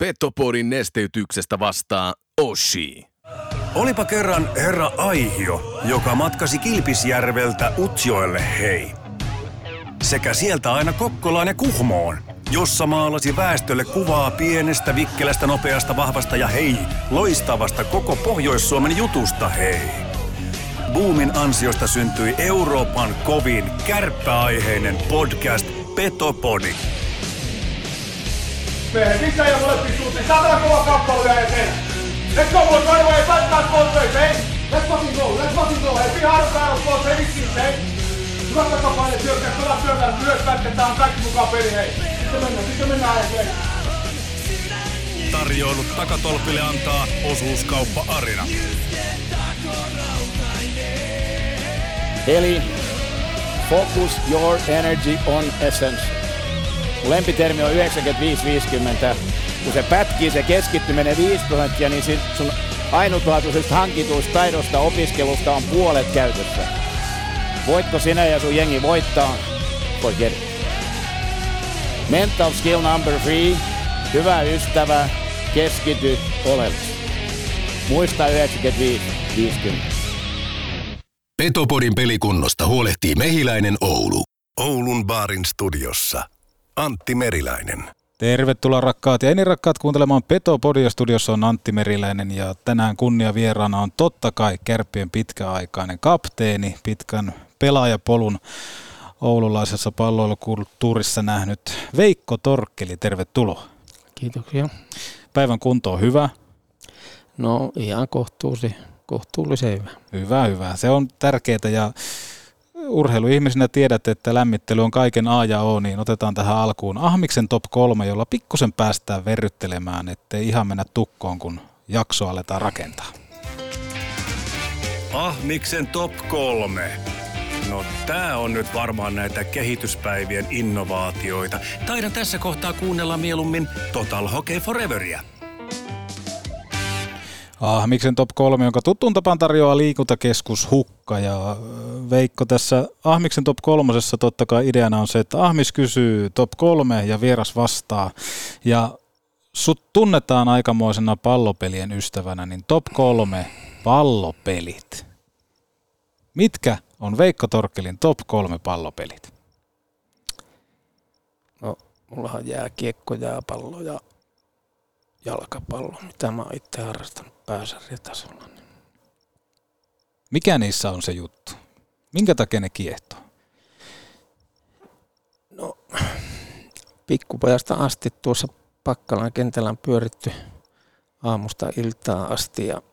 Petopodin nesteytyksestä vastaa Oshi. Olipa kerran herra Aihio, joka matkasi Kilpisjärveltä Utsjoelle hei. Sekä sieltä aina Kokkolaan ja Kuhmoon, jossa maalasi väestölle kuvaa pienestä, vikkelästä, nopeasta, vahvasta ja hei, loistavasta koko Pohjois-Suomen jutusta hei. Boomin ansiosta syntyi Euroopan kovin kärppäaiheinen podcast Petopodi. Mehän sisään ja molempiin suuntiin. Saatana kova kappale vielä eteen. Let's go boys, right away. Fight back both ways, hey. Let's fucking go. Hey, be hard battle boys, hey, vissiin, hey. Hyvät takapaine, syökää, myös pätketään kaikki mukaan peli, hei. Sitten mennään eteen. Tarjoilut takatolpille antaa osuuskauppa Arina. Eli focus your energy on essence. Mun lempitermi on 95-50. Kun se pätkii, se keskittyminen 5%, niin sun ainutlaatuisesta hankituista taidosta opiskelusta on puolet käytössä. Voitko sinä ja sun jengi voittaa? Forget it. Mental skill number 3. Hyvä ystävä, keskity oleellisesti. Muista 95-50. Petopodin pelikunnosta huolehtii Mehiläinen Oulu. Oulun baarin studiossa Antti Meriläinen. Tervetuloa rakkaat ja enin rakkaat kuuntelemaan Petopodia. Studiossa on Antti Meriläinen ja tänään kunniavieraana on totta kai Kärppien pitkäaikainen kapteeni, pitkän pelaajapolun oululaisessa palloilukulttuurissa nähnyt Veikko Torkkeli. Tervetuloa. Kiitoksia. Päivän kunto on hyvä. No ihan kohtuullisen hyvä. Hyvä. Se on tärkeää ja urheiluihmisinä tiedät, että lämmittely on kaiken A ja O, niin otetaan tähän alkuun Ahmiksen top 3, jolla pikkusen päästään verryttelemään, ettei ihan mennä tukkoon, kun jaksoa aletaan rakentaa. Ahmiksen top 3. No tää on nyt varmaan näitä kehityspäivien innovaatioita. Taidan tässä kohtaa kuunnella mieluummin Total Hockey Foreveria. Ahmiksen top 3, jonka tuttuun tapaan tarjoaa liikuntakeskus Hukka. Ja Veikko tässä Ahmiksen top 3 totta kai ideana on se, että Ahmis kysyy top 3 ja vieras vastaa. Ja sut tunnetaan aikamoisena pallopelien ystävänä, niin top 3 pallopelit. Mitkä on Veikko Torkkelin top 3 pallopelit? No, mullahan on jääkiekko, jääpallo ja jalkapallo, mitä mä oon itse harrastanut pääsarjatasolla. Mikä niissä on se juttu? Minkä takia ne kiehtoo? No, pikkupojasta asti tuossa Pakkalan kentällä on pyöritty aamusta iltaan asti ja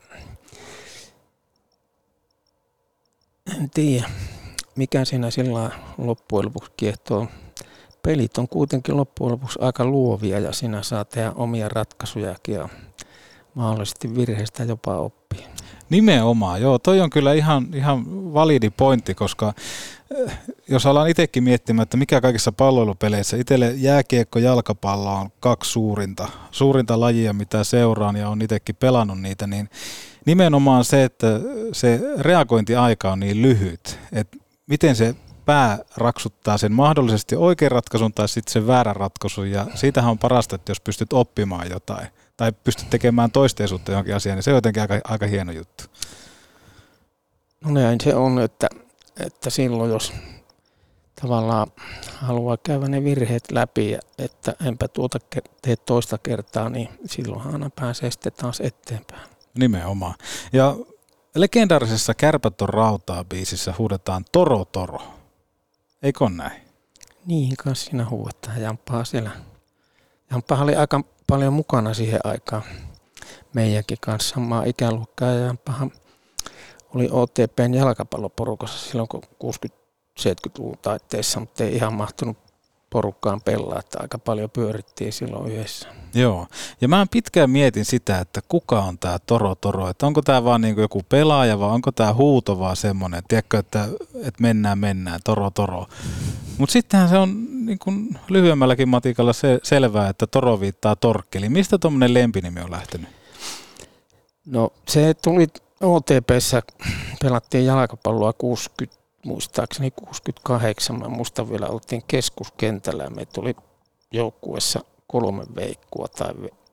en tiedä, mikä siinä sillä loppujen lopuksi kiehtoo. Pelit on kuitenkin loppujen lopuksi aika luovia ja sinä saa tehdä omia ratkaisujakin ja mahdollisesti virheistä jopa oppia. Nimenomaan, joo. Toi on kyllä ihan validi pointti, koska jos alan itsekin miettimään, että mikä kaikissa palloilupeleissä, itselle jääkiekko, jalkapallo on 2 suurinta lajia, mitä seuraan ja on itsekin pelannut niitä, niin nimenomaan se, että se reagointiaika on niin lyhyt, että miten se pää raksuttaa sen mahdollisesti oikean ratkaisun tai sitten sen väärän ratkaisun, ja siitähän on parasta, että jos pystyt oppimaan jotain tai pystyt tekemään toisteisuutta johonkin asiaan, niin se on jotenkin aika hieno juttu. No näin se on, että silloin jos tavallaan haluaa käydä ne virheet läpi, että enpä tee toista kertaa, niin silloinhan aina pääsee sitten taas eteenpäin. Nimenomaan. Ja legendaarisessa Kärpät on rautaa -biisissä huudetaan Toro Toro. Eikö ole näin? Niin, kanssa siinä huudetaan. Jamppaa siellä. Jamppahan oli aika paljon mukana siihen aikaan meidänkin kanssa. Samaa ikäluokkaa ja Jamppahan oli OTP:n jalkapalloporukassa silloin, kun 60-70-luvun taitteessa, mutta ei ihan mahtunut porukkaan pelaa, että aika paljon pyörittiin silloin yhdessä. Joo, ja mä pitkään mietin sitä, että kuka on tää Toro Toro, että onko tää vaan niin kuin joku pelaaja vai onko tää huuto vaan semmoinen, tiedätkö, että mennään, Toro Toro. Mutta sittenhän se on niin kuin lyhyemmälläkin matikalla selvää, että Toro viittaa Torkkeli. Mistä tuommoinen lempinimi on lähtenyt? No se tuli OTP:ssä, pelattiin jalkapalloa muistaakseni 68, mä muistan vielä, oltiin keskuskentällä ja meitä oli joukkueessa 3 Veikkua tai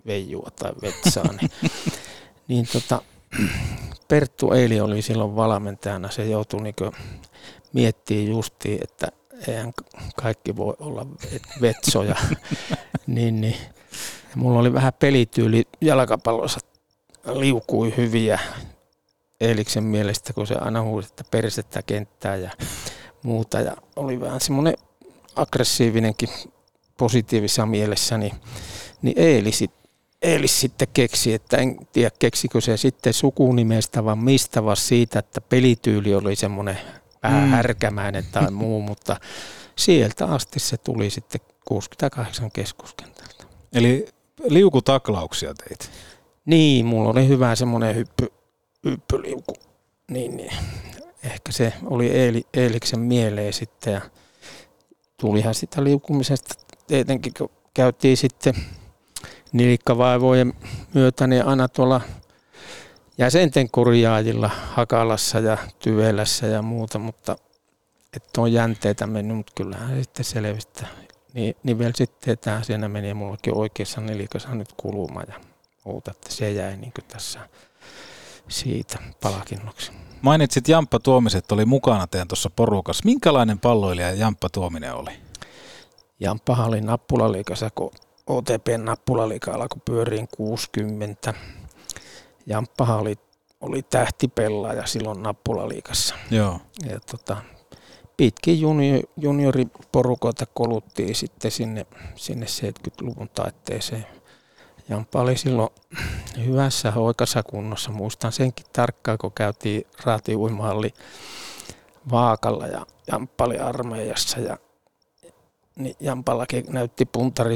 veijua tai vetsaa. Niin Perttu Eili oli silloin valmentajana. Se joutui niinku miettimään justiin, että eihän kaikki voi olla vetsoja. niin. Mulla oli vähän pelityyli jalkapallossa, liukui hyviä Eiliksen mielestä, kun se aina huusi, että persettä kenttää ja muuta. Ja oli vähän semmoinen aggressiivinenkin positiivisessa mielessä, niin Eilis sitten keksi, että en tiedä keksikö se sitten sukunimestä vaan mistä vaan siitä, että pelityyli oli semmoinen vähän härkämäinen tai muu, mutta sieltä asti se tuli sitten 68 keskuskentältä. Eli liukutaklauksia teit? Niin, mulla oli hyvä semmoinen hyppyliuku. Niin. Ehkä se oli Eiliksen mieleen sitten ja tulihan sitä liukumisesta tietenkin, kun käytiin sitten nilikkavaivojen myötä niin aina tuolla jäsenten korjaajilla Hakalassa ja Tyvelässä ja muuta, mutta että on jänteitä mennyt, mutta kyllähän se sitten selvisi, että nivelsiteetään siinä meni ja mullakin oikeassa nilikassa nyt kuluma ja muuta, että se jäi niin kuin tässä siitä palkinnoksi. Mainitsit Jamppa Tuomiset oli mukana teidän tuossa porukassa. Minkälainen palloilija Jamppa Tuominen oli? Jamppahan oli nappulaliigassa, kun OTP:n nappulaliiga alkoi pyöriin 60. Jamppahan oli tähtipelaaja silloin nappulaliigassa. Joo. Ja pitkin junioriporukoita koluttiin sitten sinne 70-luvun taitteeseen. Jamppa oli silloin hyvässä hoikassa kunnossa. Muistan senkin tarkkaan, kun käytiin raatiuimahalli Vaakalla ja Jamppa oli armeijassa ja niin Jampallakin näytti puntari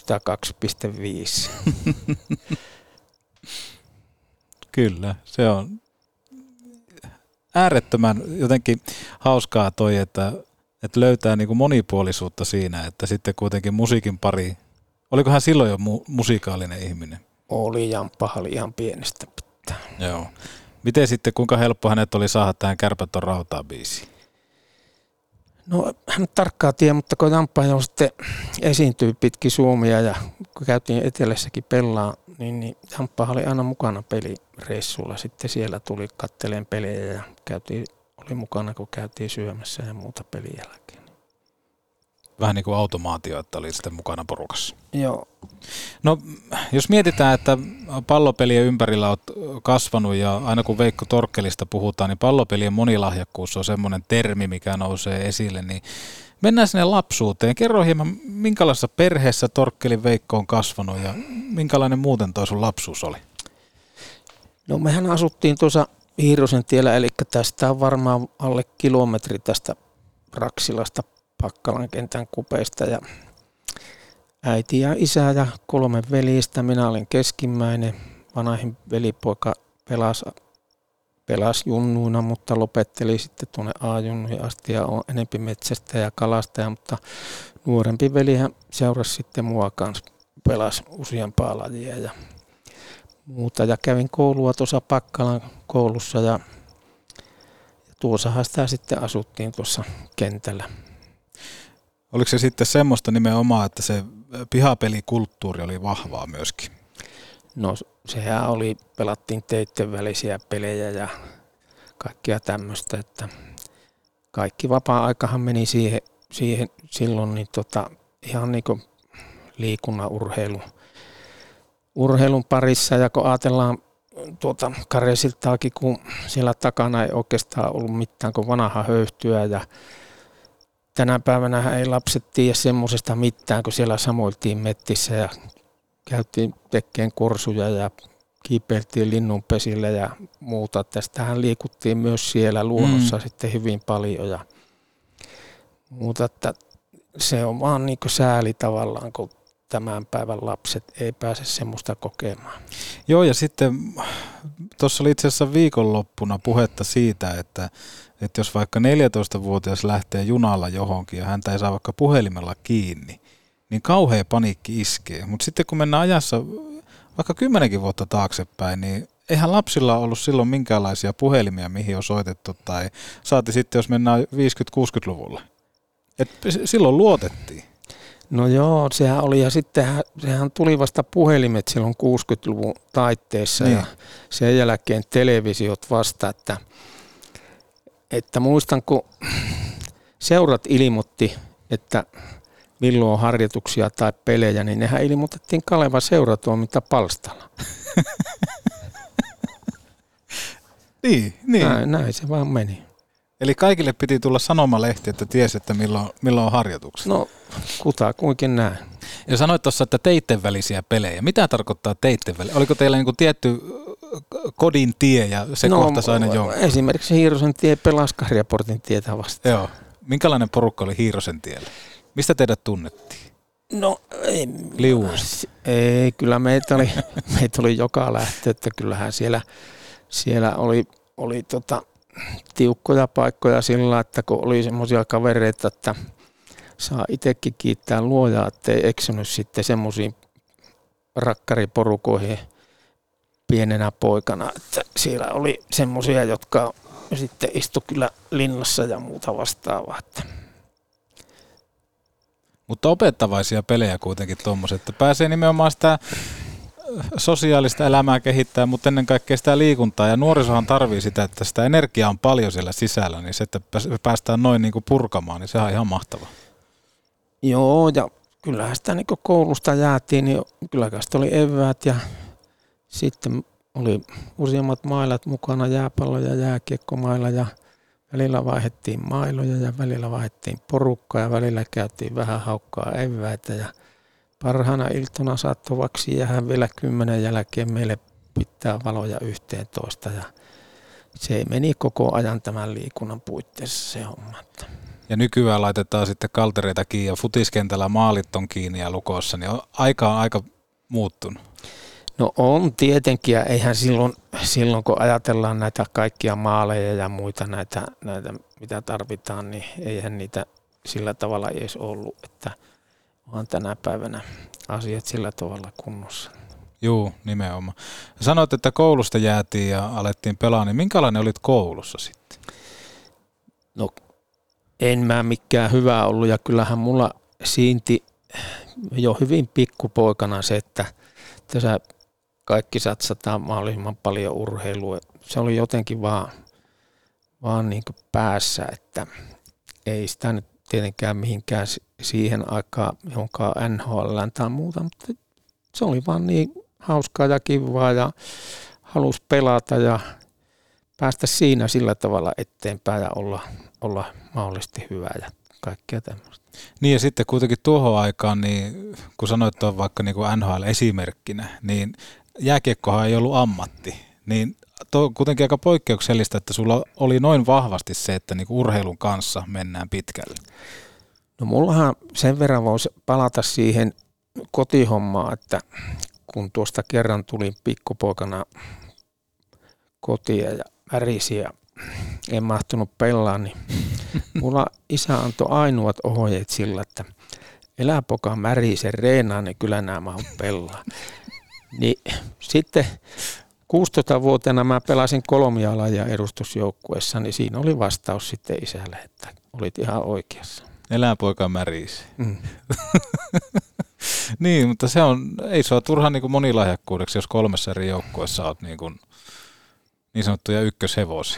72,5. Kyllä, se on äärettömän jotenkin hauskaa toi, että löytää niinku monipuolisuutta siinä, että sitten kuitenkin musiikin pari. Oliko hän silloin jo musikaalinen ihminen? Oli, Jamppahan oli ihan pienestä pitää. Joo. Miten sitten, kuinka helppo hänet oli saada tähän Kärpät on rautaa -biisiin? No en tarkkaan tiedä, mutta kun Jamppa jo sitten esiintyi pitkin Suomia ja kun käytiin etelässäkin pelaa, niin Jamppa oli aina mukana pelireissulla. Sitten siellä tuli katteleen pelejä ja oli mukana, kun käytiin syömässä ja muuta pelin jälkeen. Vähän niin kuin automaatio, että oli sitten mukana porukassa. Joo. No jos mietitään, että pallopelien ympärillä olet kasvanut ja aina kun Veikko Torkkelista puhutaan, niin pallopelien monilahjakkuus on semmoinen termi, mikä nousee esille, niin mennään sinne lapsuuteen. Kerro hieman, minkälaisessa perheessä Torkkelin Veikko on kasvanut ja minkälainen muuten toi sun lapsuus oli? No mehän asuttiin tuossa Hiirosen tiellä, eli tästä on varmaan alle kilometri tästä Raksilasta Pakkalan kentän kupeista ja äiti ja isä ja 3 velistä. Minä olin keskimmäinen. Vanhin velipoika pelasi junnuina, mutta lopetteli sitten tuonne A-junnuihin asti ja on enempi metsästä ja kalastaja, mutta nuorempi velihän seurasi sitten mua kanssa, pelasi useampaa lajia ja muuta. Ja kävin koulua tuossa Pakkalan koulussa ja tuossahan sitä sitten asuttiin tuossa kentällä. Oliko se sitten semmoista nimenomaan, että se pihapelikulttuuri oli vahvaa myöskin? No sehän pelattiin teitten välisiä pelejä ja kaikkia tämmöistä, että kaikki vapaa-aikahan meni siihen silloin niin ihan niin kuin liikunnan urheilun parissa ja kun ajatellaan Karesiltaakin, kun siellä takana ei oikeastaan ollut mitään kuin vanha höyhtyä ja tänä päivänä ei lapset tiedä semmoisesta mitään, kun siellä samoiltiin mettissä ja käytiin tekemään korsuja ja kiipeiltiin linnunpesille ja muuta. Tästähän liikuttiin myös siellä luonnossa sitten hyvin paljon ja muuta, että se on vaan niin kuin sääli tavallaan, kun tämän päivän lapset ei pääse semmoista kokemaan. Joo, ja sitten tuossa oli itse asiassa viikonloppuna puhetta siitä, että jos vaikka 14-vuotias lähtee junalla johonkin ja häntä ei saa vaikka puhelimella kiinni, niin kauhea paniikki iskee. Mutta sitten kun mennään ajassa vaikka 10 vuotta taaksepäin, niin eihän lapsilla ollut silloin minkäänlaisia puhelimia, mihin on soitettu, tai saati sitten, jos mennään 50-60-luvulle. Et silloin luotettiin. No joo, sehän oli ja sitten sehän tuli vasta puhelimet silloin 60-luvun taitteessa ja sen jälkeen televisiot vasta, että muistan kun seurat ilmoitti, että milloin on harjoituksia tai pelejä, niin nehän ilmoitettiin Kalevan seuratoiminta palstalla. Niin. Näin se vaan meni. Eli kaikille piti tulla sanomalehti, että tiesi, että milloin on harjoitukset. No, kutakuinkin näin. Ja sanoit tuossa, että teitten välisiä pelejä. Mitä tarkoittaa teitten välisiä? Oliko teillä niin kuin tietty kodin tie ja se kohtasi aina jonkun? Esimerkiksi Hiirosen tie pelasi Karjaportin tietä vastaan. Joo. Minkälainen porukka oli Hiirosen tiellä? Mistä teidät tunnettiin? No Liuista. Ei, kyllä meitä oli joka lähtö, että kyllähän siellä oli tiukkoja paikkoja sillä, että kun oli semmoisia kavereita, että saa itsekin kiittää luojaa, ettei eksynyt sitten semmoisiin rakkariporukoihin pienenä poikana, että siellä oli semmoisia, jotka sitten istu kyllä linnassa ja muuta vastaavaa. Mutta opettavaisia pelejä kuitenkin tuommoiset, että pääsee nimenomaan sitä sosiaalista elämää kehittää, mutta ennen kaikkea sitä liikuntaa. Ja nuorisohan tarvii sitä, että sitä energiaa on paljon siellä sisällä, niin se, että päästään noin niin kuin purkamaan, niin sehän on ihan mahtavaa. Joo, ja kyllähän sitä niin koulusta jäätiin, niin kyllähän sitä oli eväät ja sitten oli useammat mailat mukana, jääpallo- ja jääkiekkomailla ja välillä vaihdettiin mailoja ja välillä vaihdettiin porukkaa ja välillä käytiin vähän haukkaa eväitä ja parhaana iltona saattoi vaksi jäädä vielä 10 jälkeen meille pitää valoja 11 ja se meni koko ajan tämän liikunnan puitteissa se homma. Ja nykyään laitetaan sitten kaltereita kiinni ja futiskentällä maalit on kiinni ja lukossa, niin aika on aika muuttunut. No on tietenkin ja eihän silloin kun ajatellaan näitä kaikkia maaleja ja muita näitä mitä tarvitaan, niin eihän niitä sillä tavalla edes ollut, että onhan tänä päivänä asiat sillä tavalla kunnossa. Juu, nimenomaan. Sanoit, että koulusta jäätiin ja alettiin pelaa, niin minkälainen olit koulussa sitten? No en mä mikään hyvä ollut ja kyllähän mulla siinti jo hyvin pikkupoikana se, että tässä kaikki satsataan mahdollisimman paljon urheilua. Se oli jotenkin vaan niin kuin päässä, että ei sitä nyt tietenkään mihinkään siihen aikaan johonkaan NHL tai muuta, mutta se oli vaan niin hauskaa ja kivaa ja halusi pelata ja päästä siinä sillä tavalla eteenpäin ja olla mahdollisesti hyvä ja kaikkea tämmöistä. Niin ja sitten kuitenkin tuohon aikaan, niin kun sanoit tuon vaikka niin kuin NHL-esimerkkinä, niin jääkiekkohan ei ollut ammatti, niin tuo on kuitenkin aika poikkeuksellista, että sulla oli noin vahvasti se, että niin kuin urheilun kanssa mennään pitkälle. No mullahan sen verran voisi palata siihen kotihommaan, että kun tuosta kerran tulin pikkupoikana kotiin ja värisi ja en mahtunut pelaa, niin mulla isä antoi ainoat ohjeet sillä, että elä poka märise reenaa, niin kyllä nämä mahun pelaa. Niin sitten 16-vuotiaana mä pelasin kolmialajia edustusjoukkueessa, niin siinä oli vastaus sitten isälle, että olit ihan oikeassa. Elää poika märise. Niin, mutta ei se ole turha niin kuin monilahjakkuudeksi, jos 3 eri joukkueessa olet niin sanottuja ykköshevosia.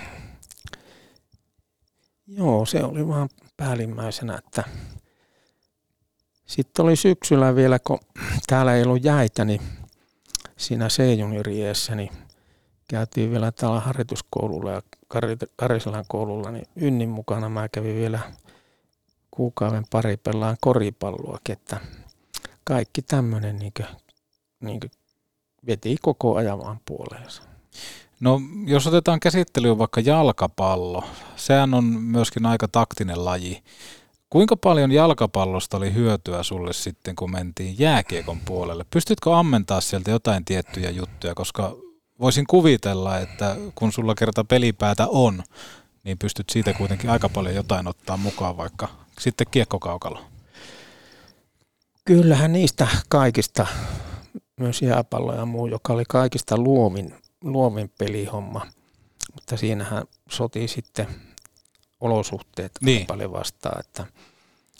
Joo, se oli vaan päällimmäisenä, että sitten oli syksyllä vielä, kun täällä ei ollut jäitä, niin siinä C-junioriessä, niin käytiin vielä täällä harjoituskoululla ja Karisalan koululla, niin Ynnin mukana mä kävin vielä kuukauden pari pelaan koripalloakin, että kaikki tämmöinen niin veti koko ajan vaan puoleensa. No jos otetaan käsittelyyn vaikka jalkapallo, sehän on myöskin aika taktinen laji. Kuinka paljon jalkapallosta oli hyötyä sulle sitten, kun mentiin jääkiekon puolelle? Pystytkö ammentaa sieltä jotain tiettyjä juttuja, koska voisin kuvitella, että kun sulla kerta pelipäätä on, niin pystyt siitä kuitenkin aika paljon jotain ottaa mukaan, vaikka sitten kiekkokaukalo. Kyllähän niistä kaikista, myös jääpallo ja muu, joka oli kaikista luovin pelihomma, mutta siinähän sotii sitten olosuhteet niin paljon vastaan, että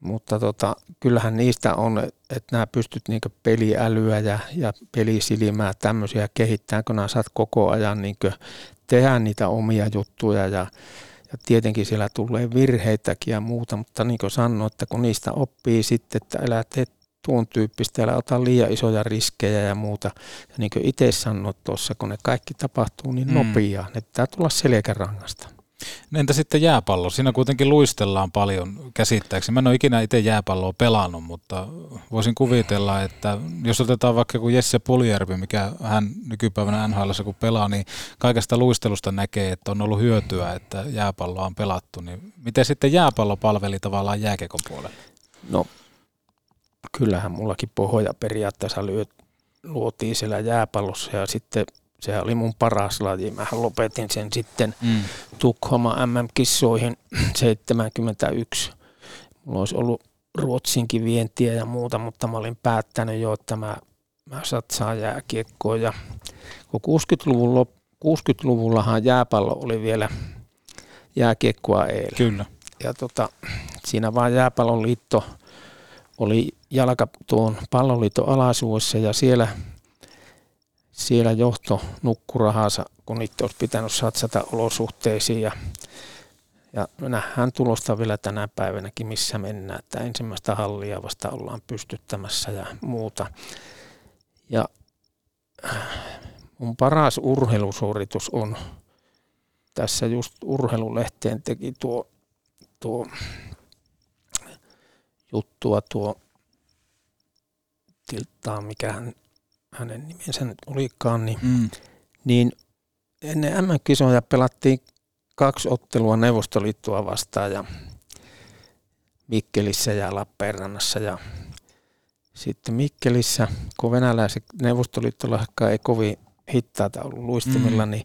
Mutta kyllähän niistä on, että nämä pystyt niinku peliälyä ja pelisilmää tämmöisiä kehittämään, kun nämä saat koko ajan niinku tehdä niitä omia juttuja ja tietenkin siellä tulee virheitäkin ja muuta, mutta niin kuin sanoin, että kun niistä oppii sitten, että älä tee tuon tyyppistä, älä ota liian isoja riskejä ja muuta. Ja niin kuin itse sanoin tuossa, kun ne kaikki tapahtuu niin nopeaa, ne pitää tulla selkärangasta. Entä sitten jääpallo? Siinä kuitenkin luistellaan paljon käsittääkseni. Mä en ole ikinä itse jääpalloa pelannut, mutta voisin kuvitella, että jos otetaan vaikka joku Jesse Puljärvi, mikä hän nykypäivänä NHL:ssä kun pelaa, niin kaikesta luistelusta näkee, että on ollut hyötyä, että jääpalloa on pelattu. Niin miten sitten jääpallo palveli tavallaan jääkiekon puolella? No kyllähän mullakin pohja periaatteessa luotiin siellä jääpallossa ja sitten sehän oli mun paras laji. Mähän lopetin sen sitten Tukholman MM-kissoihin 71. Mulla olisi ollut Ruotsinkin vientiä ja muuta, mutta mä olin päättänyt jo, että mä satsaan jääkiekkoon. Ja kun 60-luvullahan jääpallo oli vielä jääkiekkoa eilen. Kyllä. Ja siinä vaan Jääpallon liitto oli tuon palloliiton alaisuudessa ja siellä johto nukkurahansa, kun niitä olisi pitänyt satsata olosuhteisiin ja nähdään tulosta vielä tänä päivänäkin, missä mennään, että ensimmäistä hallia vasta ollaan pystyttämässä ja muuta. Ja mun paras urheilusuoritus on, tässä just Urheilulehteen teki tuo juttua Tilttaa, mikä hänen nimensä nyt olikaan, niin ennen MM-kisoja pelattiin 2 ottelua Neuvostoliittoa vastaan ja Mikkelissä ja Lappeenrannassa ja sitten Mikkelissä, kun venäläiset neuvostoliittolaisetkaan ei kovin hittaata ollut luistimilla, niin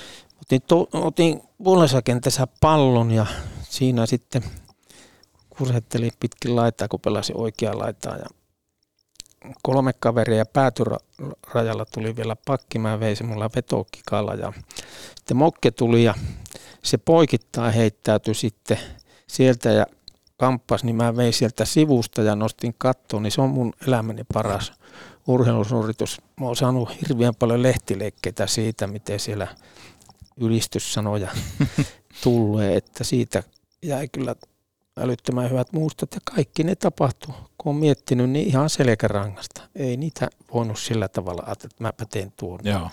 otin puolensa kentässä pallon ja siinä sitten kursettelin pitkin laitaa, kun pelasin oikeaa laitaa ja 3 kaveria päätyrajalla tuli vielä pakki, mä veisin mulla vetokikalla ja sitten Mokke tuli ja se poikittain heittäytyi sitten sieltä ja kamppasi, niin mä vein sieltä sivusta ja nostin kattoon, niin se on mun elämäni paras urheilusuoritus. Mä oon saanut hirveän paljon lehtileikkeitä siitä, miten siellä ylistyssanoja tulee, että siitä jäi kyllä älyttömän hyvät muistot ja kaikki ne tapahtuu, kun on miettinyt, niin ihan selkärangasta. Ei niitä voinut sillä tavalla, että mäpä teen tuon. Joo.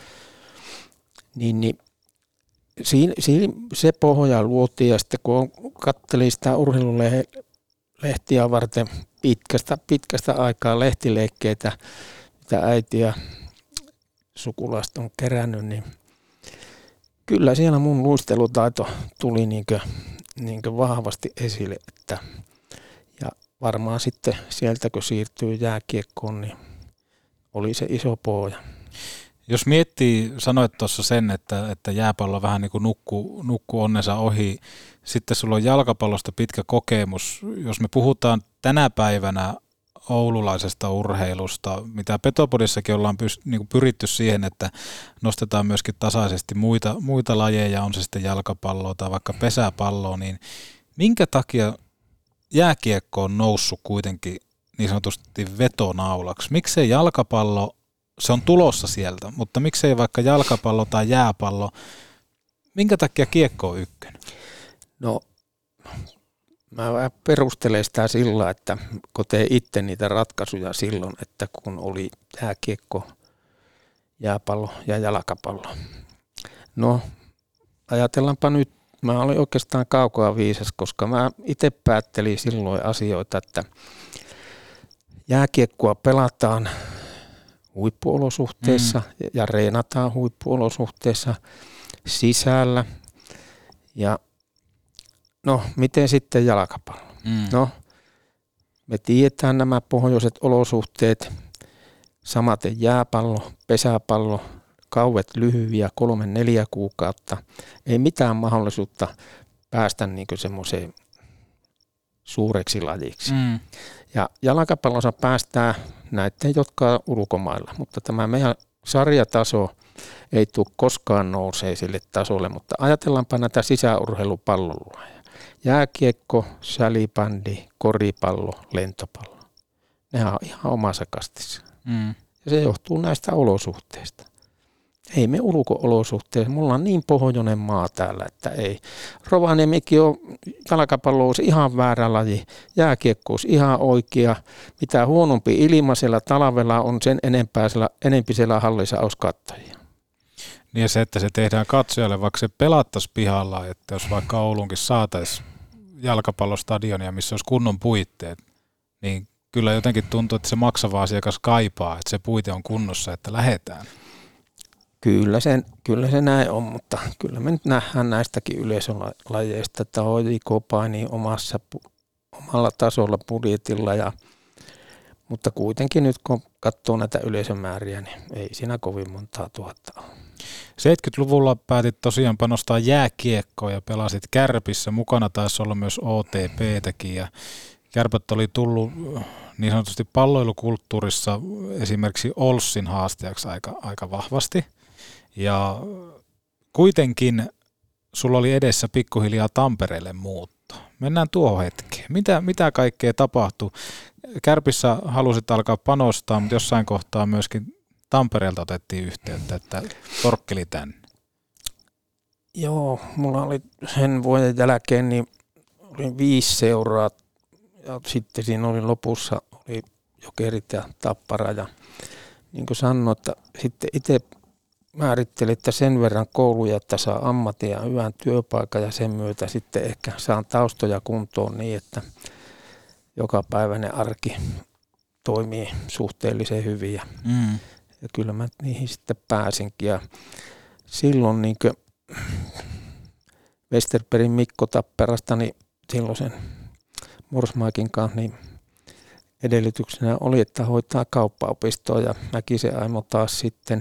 Niin siinä se pohja luotiin ja sitten kun katselin sitä urheilulehtiä varten pitkästä aikaa lehtileikkeitä, mitä äiti ja sukulaiset on kerännyt, niin kyllä siellä mun luistelutaito tuli niinkö vahvasti esille, ja varmaan sitten sieltä kun siirtyy jääkiekkoon, niin oli se iso pohja. Jos miettii, sanoit tuossa sen, että jääpallo vähän niin kuin nukkuu onnensa ohi, sitten sulla on jalkapallosta pitkä kokemus. Jos me puhutaan tänä päivänä oululaisesta urheilusta, mitä Petopodissakin ollaan pyritty siihen, että nostetaan myöskin tasaisesti muita lajeja, on se sitten jalkapalloa tai vaikka pesäpalloa, niin minkä takia jääkiekko on noussut kuitenkin niin sanotusti vetonaulaksi? Miksei jalkapallo, se on tulossa sieltä, mutta miksei vaikka jalkapallo tai jääpallo, minkä takia kiekko on ykkönen? No, mä vähän perustelen sitä sillä, että kun tein itse niitä ratkaisuja silloin, että kun oli jääkiekko, jääpallo ja jalkapallo. No, ajatellaanpa nyt, mä olin oikeastaan kaukaa viisas, koska mä itse päättelin silloin asioita, että jääkiekkoa pelataan huippuolosuhteissa ja reenataan huippuolosuhteissa sisällä. Ja no, miten sitten jalkapallo? No, me tiedetään nämä pohjoiset olosuhteet, samaten jääpallo, pesäpallo, kauet lyhyviä 3-4 kuukautta. Ei mitään mahdollisuutta päästä niin semmoiseen suureksi lajiksi. Ja jalkapallossa päästään näiden, jotka on ulkomailla, mutta tämä meidän sarjataso ei tule koskaan nousee sille tasolle, mutta ajatellaanpa näitä sisäurheilupallolla. Jääkiekko, sälibändi, koripallo, lentopallo. Nehän on ihan omassa kastissa. Ja se johtuu näistä olosuhteista. Ei me ulko-olosuhteissa. Mulla on niin pohjoinen maa täällä, että ei. Rovaniemikin on jalkapallous ihan väärä laji. Jääkiekkous ihan oikea. Mitä huonompi ilma siellä talvella on, sen enempi siellä hallissa olisi katsojia. Niin ja se, että se tehdään katsojalle, vaikka se pelattaisi pihalla, että jos vaikka Oulunkin saataisiin jalkapallostadionia, missä olisi kunnon puitteet, niin kyllä jotenkin tuntuu, että se maksava asiakas kaipaa, että se puite on kunnossa, että lähdetään. Kyllä se näin on, mutta kyllä me nyt nähdään näistäkin yleisölajeista, että HJK painii omalla tasolla budjetilla, mutta kuitenkin nyt kun katsoo näitä yleisömääriä, niin ei siinä kovin montaa tuhatta ole. 70-luvulla päätit tosiaan panostaa jääkiekkoon ja pelasit Kärpissä. Mukana taisi olla myös OTP:täkin ja Kärpät oli tullut niin sanotusti palloilukulttuurissa esimerkiksi Olssin haastajaksi aika vahvasti. Ja kuitenkin sulla oli edessä pikkuhiljaa Tampereelle muutto. Mennään tuohon hetkeen. Mitä kaikkea tapahtui? Kärpissä halusit alkaa panostaa, mutta jossain kohtaa myöskin Tampereelta otettiin yhteyttä, että torkkeli tänne. Joo, mulla oli sen vuoden jälkeen niin oli 5 seuraa ja sitten siinä oli lopussa oli Jokerit ja Tappara ja niin kuin sanoin, että sitten itse määrittelin, että sen verran kouluja, että saa ammatin ja hyvän työpaikan ja sen myötä sitten ehkä saan taustoja kuntoon niin, että jokapäiväinen arki toimii suhteellisen hyvin ja kyllä mä niihin sitten pääsinkin ja silloin niin kuin Westerbergin Mikko Tapperasta, niin silloisen Morsmaikin kanssa, niin edellytyksenä oli, että hoitaa kauppaopistoa ja Mäkisen Aimo taas sitten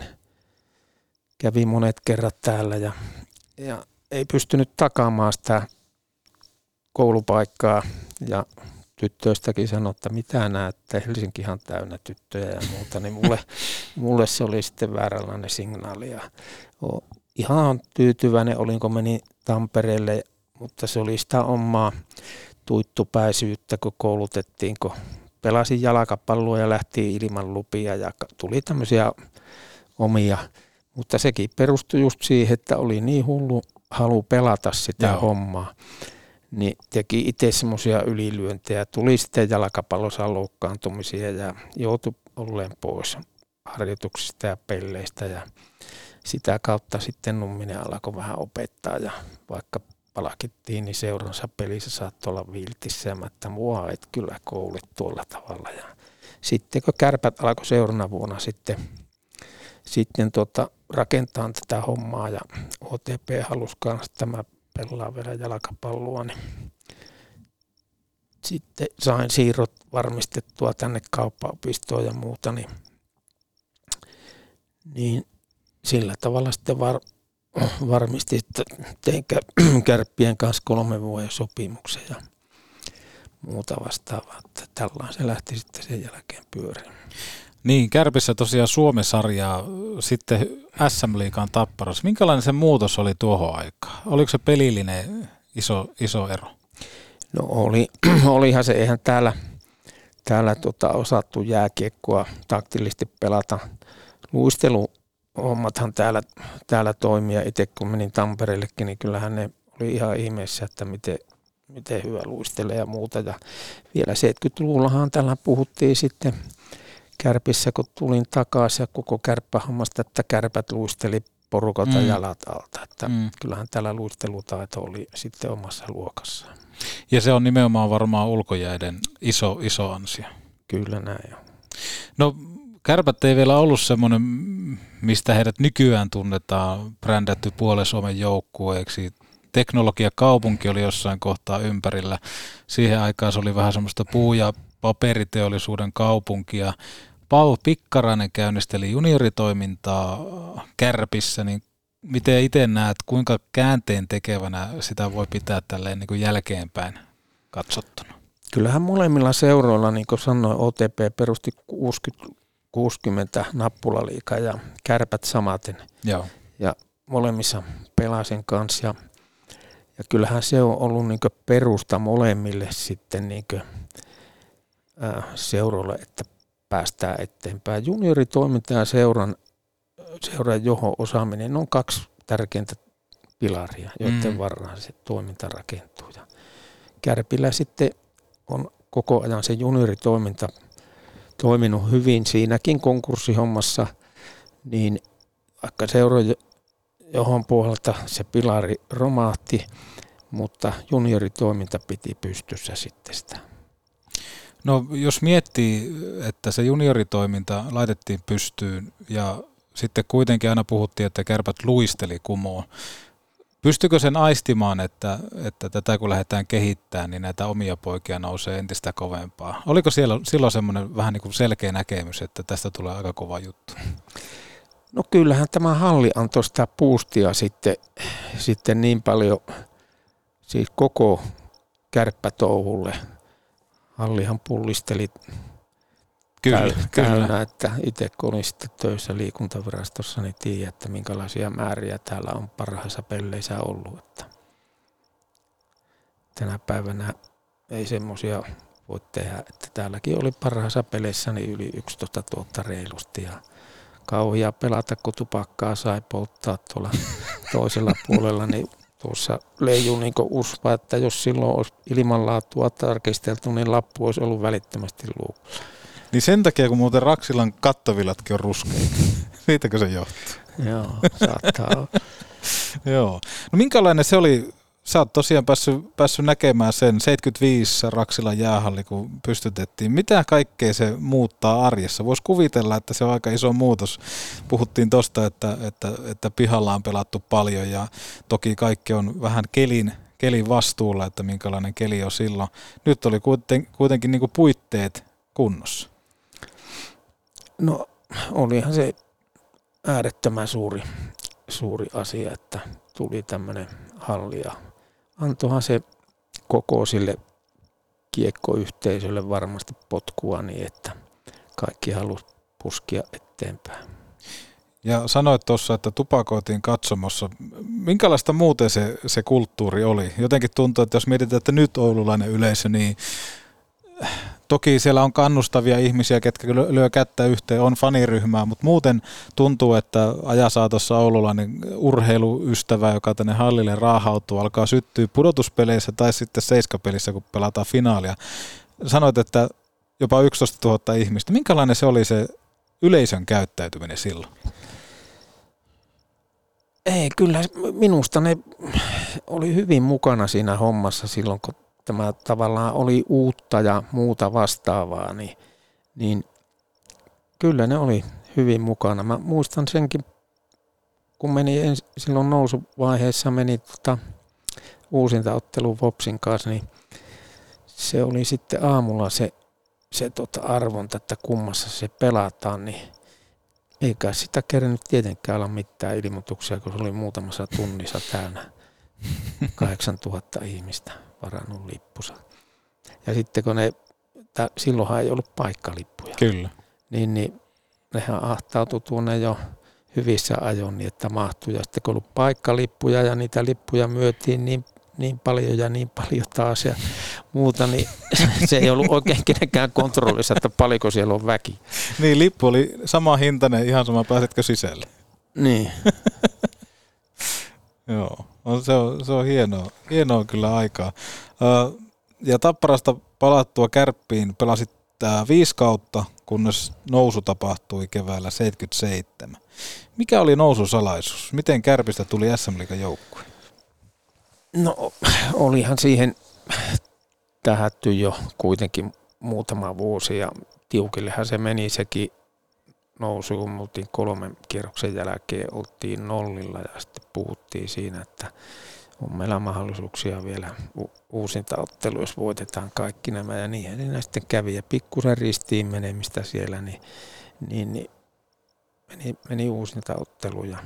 kävi monet kerrat täällä ja ei pystynyt takaamaan sitä koulupaikkaa ja tyttöistäkin sanoi, että mitä näette, Helsinkihan on täynnä tyttöjä ja muuta, niin mulle se oli sitten vääränlainen signaali. Ja ihan tyytyväinen olin, kun menin Tampereelle, mutta se oli sitä omaa tuittupäisyyttä, kun koulutettiin, kun pelasin jalkapalloa ja lähtiin ilman lupia ja tuli tämmöisiä omia, mutta sekin perustui just siihen, että oli niin hullu halu pelata sitä hommaa. Niin teki itse semmoisia ylilyöntejä. Tuli sitten jalkapallossa loukkaantumisia ja joutui olleen pois harjoituksista ja pelleistä. Ja sitä kautta sitten Numminen alkoi vähän opettaa ja vaikka palkittiin, niin seuransa pelissä saattoi olla viltissä. Ja mä että mua et kyllä koulit tuolla tavalla. Ja sitten kun Kärpät alkoi seuraavana vuonna sitten rakentaa tätä hommaa ja OTP halusi kanssa tämä pelaa vielä jalkapalloa, niin sitten sain siirrot varmistettua tänne kauppaopistoon ja muuta, niin sillä tavalla sitten varmistin, että tein Kärppien kanssa 3 vuoden sopimuksen ja muuta vastaavaa, että tällainen se lähti sitten sen jälkeen pyöriin. Niin, Kärpissä tosiaan Suomen-sarjaa, sitten SM-liigaan Tapparassa. Minkälainen se muutos oli tuohon aikaan? Oliko se pelillinen iso ero? No olihan se, eihän täällä osattu jääkiekkoa taktillisesti pelata. Luisteluhommathan täällä toimia. Itse kun menin Tampereellekin, niin kyllähän ne oli ihan ihmeessä, että miten hyvä luistelee ja muuta. Ja vielä 70-luvullahan täällä puhuttiin sitten Kärpissä, kun tulin takaisin ja koko kärppähommasta, että Kärpät luisteli porukalta jalat alta. Että kyllähän täällä luistelutaito oli sitten omassa luokassaan. Ja se on nimenomaan varmaan ulkojäiden iso ansio. Kyllä näin on. No Kärpät ei vielä ollut semmoinen, mistä heidät nykyään tunnetaan, brändätty puolen Suomen joukkueeksi. Teknologiakaupunki oli jossain kohtaa ympärillä. Siihen aikaan se oli vähän semmoista puu- ja paperiteollisuuden kaupunkia. Paavo Pikkarainen käynnisteli junioritoimintaa Kärpissä, niin miten itse näet, kuinka käänteen tekevänä sitä voi pitää tälleen niin kuin jälkeenpäin katsottuna? Kyllähän molemmilla seuroilla, niin kuin sanoin, OTP perusti 60 nappulaliigaa ja Kärpät samaten. Joo. Ja molemmissa pelasin kanssa Ja kyllähän se on ollut niin perusta molemmille sitten niin seuroille, että päästään eteenpäin. Junioritoiminta ja seuran johon-osaaminen on 2 tärkeintä pilaria, joiden varaan se toiminta rakentuu. Ja Kärpillä sitten on koko ajan se junioritoiminta toiminut hyvin siinäkin konkurssihommassa, niin vaikka johon puolelta se pilari romahti, mutta junioritoiminta piti pystyssä sitten sitä. No jos miettii, että se junioritoiminta laitettiin pystyyn ja sitten kuitenkin aina puhuttiin, että Kärpät luisteli kumoon. Pystykö sen aistimaan, että tätä kun lähdetään kehittämään, niin näitä omia poikia nousee entistä kovempaa? Oliko siellä silloin semmoinen vähän niin kuin selkeä näkemys, että tästä tulee aika kova juttu? No kyllähän tämä halli antoi sitä boostia sitten niin paljon, siis koko kärppätouhulle. Hallihan pullisteli täynnä, että itse kun olin sitten töissä liikuntavirastossa, niin tiedän, että minkälaisia määriä täällä on parhaissa pelleissä ollut. Että tänä päivänä ei semmoisia voi tehdä, että täälläkin oli parhaissa peleissä niin yli 11 000 reilusti ja kauhia pelata, kun tupakkaa sai polttaa tuolla toisella puolella, niin tuossa leijuu niin usva, että jos silloin olisi ilmanlaatua tarkisteltu, niin lappu olisi ollut välittömästi luukussa. Niin sen takia, kun muuten Raksilan kattovillatkin on ruskeita. Siitäkö se johtuu? Joo, saattaa olla. Joo. No minkälainen se oli? Sä oot tosiaan päässyt näkemään sen 75 Raksilan jäähalli, kun pystytettiin. Mitä kaikkea se muuttaa arjessa? Voisi kuvitella, että se on aika iso muutos. Puhuttiin tuosta, että pihalla on pelattu paljon ja toki kaikki on vähän kelin vastuulla, että minkälainen keli on silloin. Nyt oli kuitenkin niin kuin puitteet kunnossa. No olihan se äärettömän suuri asia, että tuli tämmöinen halli ja antoihan se koko sille kiekkoyhteisölle varmasti potkua niin, että kaikki halusi puskia eteenpäin. Ja sanoit tuossa, että tupakoitiin katsomossa. Minkälaista muuten se kulttuuri oli? Jotenkin tuntuu, että jos mietitään, että nyt oululainen yleisö, niin toki siellä on kannustavia ihmisiä, ketkä lyö kättä yhteen, on faniryhmää, mutta muuten tuntuu, että ajasaatossa oululainen urheiluystävä, joka tänne hallille raahautuu, alkaa syttyä pudotuspeleissä tai sitten seiskapelissä, kun pelataan finaalia. Sanoit, että jopa 11 000 ihmistä. Minkälainen se oli se yleisön käyttäytyminen silloin? Ei, kyllä minusta ne oli hyvin mukana siinä hommassa silloin, kun tämä tavallaan oli uutta ja muuta vastaavaa, niin kyllä ne oli hyvin mukana. Mä muistan senkin, kun silloin nousuvaiheessa meni uusintaottelu Vopsin kanssa, niin se oli sitten aamulla se arvonta, että kummassa se pelataan, niin eikä sitä kerännyt tietenkään olla mitään ilmoituksia, kun se oli muutamassa tunnissa täynnä 8000 ihmistä varannut lippunsa. Ja sitten kun silloinhan ei ollut paikkalippuja. Kyllä. Niin nehän ahtautui tuonne jo hyvissä ajoin, niin että mahtui. Ja sitten kun ollut paikkalippuja ja niitä lippuja myytiin niin paljon ja niin paljon taas ja muuta, niin se ei ollut oikein kenenkään kontrollissa, että paljonko siellä on väki. Niin, lippu oli sama hintainen, ihan sama, pääsetkö sisälle? Niin. Joo, se on hienoa kyllä aikaa. Ja Tapparasta palattua Kärppiin pelasit 5 kautta, kunnes nousu tapahtui keväällä 77. Mikä oli nousun salaisuus? Miten Kärpistä tuli SM-liigan joukkue? No olihan siihen tähätty jo kuitenkin muutama vuosi ja tiukillehan se meni sekin nousu, kun me oltiin 3 kierroksen jälkeen, oltiin nollilla ja sitten puhuttiin siinä, että on meillä mahdollisuuksia vielä uusintaottelu, jos voitetaan kaikki nämä ja niin. Eli sitten kävi ja pikkusen ristiin menemistä siellä, niin meni uusintaottelu ja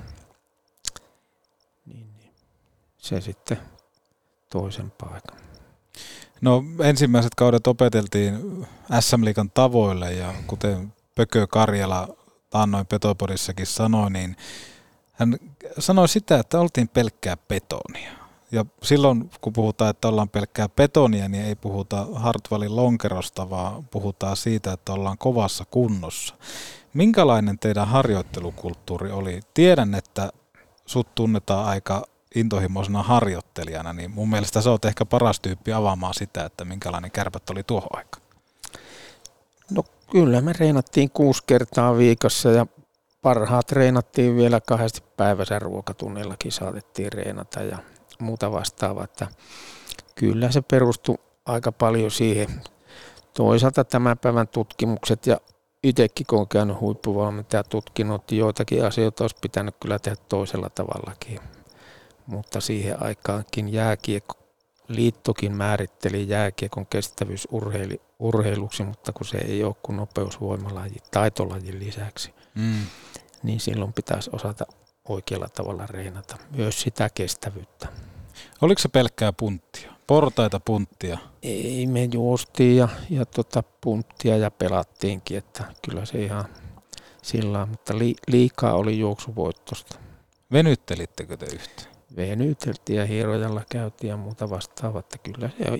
niin, se sitten toisen paikan. No ensimmäiset kaudet opeteltiin SM-liigan tavoille ja kuten Pökö Karjala taannoin Petopodissakin sanoi, niin hän sanoi sitä, että oltiin pelkkää betonia. Ja silloin, kun puhutaan, että ollaan pelkkää betonia, niin ei puhuta Hartwallin lonkerosta, vaan puhutaan siitä, että ollaan kovassa kunnossa. Minkälainen teidän harjoittelukulttuuri oli? Tiedän, että sut tunnetaan aika intohimoisena harjoittelijana, niin mun mielestä sä oot ehkä paras tyyppi avaamaan sitä, että minkälainen Kärpät oli tuohon aikaan. No kyllä me reenattiin 6 kertaa viikossa ja parhaat reenattiin vielä 2 päivässä ruokatunnillakin saatettiin reenata ja muuta vastaavaa, että kyllä se perustui aika paljon siihen. Toisaalta tämän päivän tutkimukset ja itsekin kun on käynyt huippuvalmentajatutkinnot, joitakin asioita olisi pitänyt kyllä tehdä toisella tavallakin, mutta siihen aikaankin jääkiekkoliittokin määritteli jääkiekon kestävyysurheiluksi, mutta kun se ei ole kuin nopeusvoimalaji taitolajin lisäksi, niin silloin pitäisi osata oikealla tavalla reenata myös sitä kestävyyttä. Oliko se pelkkää punttia? Portaita punttia? Ei, me juostiin ja punttia ja pelattiinkin, että kyllä se ihan sillä, mutta liikaa oli juoksuvoittosta. Venyttelittekö te yhtään? Venyteltiin ja hierojalla käytiin ja muuta vastaavaa, että kyllä se on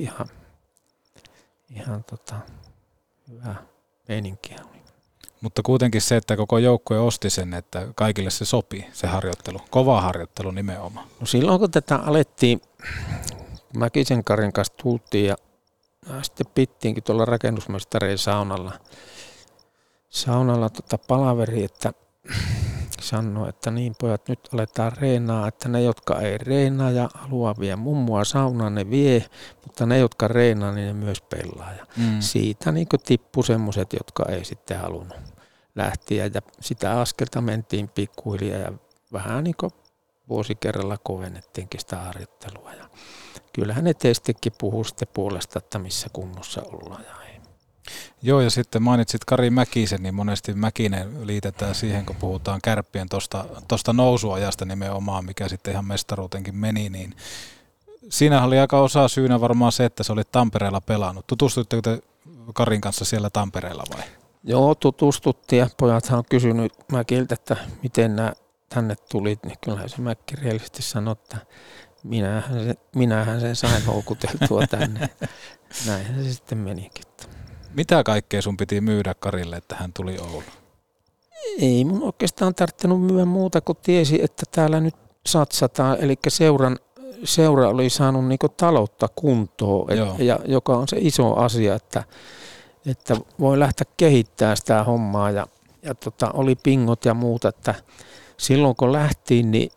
ihan hyvä meininkiä oli. Mutta kuitenkin se, että koko joukkue osti sen, että kaikille se sopii, se harjoittelu, kova harjoittelu nimenomaan. No silloin kun tätä alettiin, Mäkisen Karin kanssa tultiin ja sitten pittiinkin tuolla rakennusmestareen saunalla palaveri, että sanoi, että niin pojat nyt aletaan reenaa, että ne jotka ei reenaa ja haluaa vie mummua saunaan, ne vie, mutta ne jotka reenaa, niin ne myös pelaa. Ja siitä niin tippui semmoiset, jotka ei sitten halunnut lähteä ja sitä askelta mentiin pikkuhiljaa ja vähän niin kuin vuosi kerralla kovennettiinkin sitä harjoittelua. Ja kyllähän ne teistikin puhuu sitten puolesta, että missä kunnossa ollaan ja ei. Joo, ja sitten mainitsit Kari Mäkisen, niin monesti Mäkinen liitetään siihen, kun puhutaan Kärppien tuosta nousuajasta nimenomaan, mikä sitten ihan mestaruutenkin meni, niin siinä oli aika osa syynä varmaan se, että sä olit Tampereella pelannut. Tutustuitteko te Karin kanssa siellä Tampereella vai? Joo, tutustuttiin ja pojathan on kysynyt Mäkiltä, että miten nämä tänne tulit, niin kyllähän se Mäkki reellisesti sanoi, että minähän sen sain houkuteltua tänne. Näinhän se sitten menikin. Mitä kaikkea sun piti myydä Karille, että hän tuli Ouluun? Ei mun oikeastaan tarvinnut myydä muuta, kun tiesi, että täällä nyt satsataan. Eli seura oli saanut niinku taloutta kuntoon, joka on se iso asia, että voi lähteä kehittämään sitä hommaa. Ja oli pingot ja muuta, että silloin kun lähtiin, niin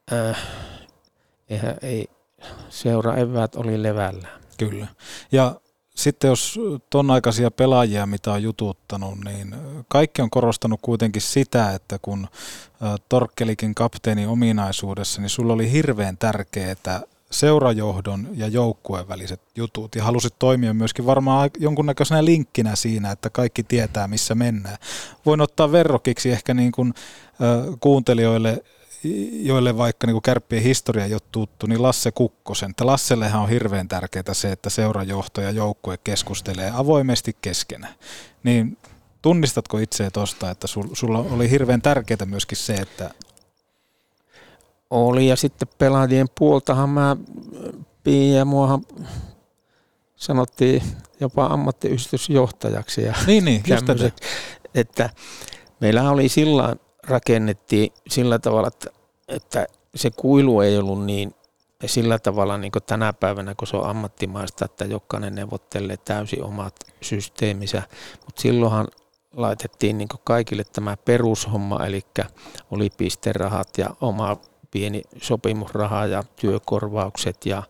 seura eväät oli levällään. Kyllä. Ja sitten jos ton aikaisia pelaajia, mitä on jututtanut, niin kaikki on korostanut kuitenkin sitä, että kun Torkkelikin kapteenin ominaisuudessa, niin sulla oli hirveän tärkeää seurajohdon ja joukkueen väliset jutut. Ja halusit toimia myöskin varmaan jonkunnäköisenä linkkinä siinä, että kaikki tietää, missä mennään. Voin ottaa verrokiksi ehkä niin kuin kuuntelijoille, joille vaikka niin kuin Kärppien historia ei ole tuttu, niin Lasse Kukkosen. Että Lassellehan on hirveän tärkeää se, että seurajohto ja joukkue keskustelee avoimesti keskenään. Niin tunnistatko itse tuosta, että sulla oli hirveän tärkeää myöskin se, että... Oli, ja sitten pelaajien puoltahan mä pidin, ja muahan sanottiin jopa ammattiyhdistysjohtajaksi. Ja niin, että meillä oli rakennettiin sillä tavalla, että se kuilu ei ollut niin sillä tavalla niin kuin tänä päivänä, kun se on ammattimaista, että jokainen neuvottelee täysin omat systeeminsä, mutta silloinhan laitettiin niin kuin kaikille tämä perushomma, eli oli pisterahat ja oma pieni sopimusraha ja työkorvaukset ja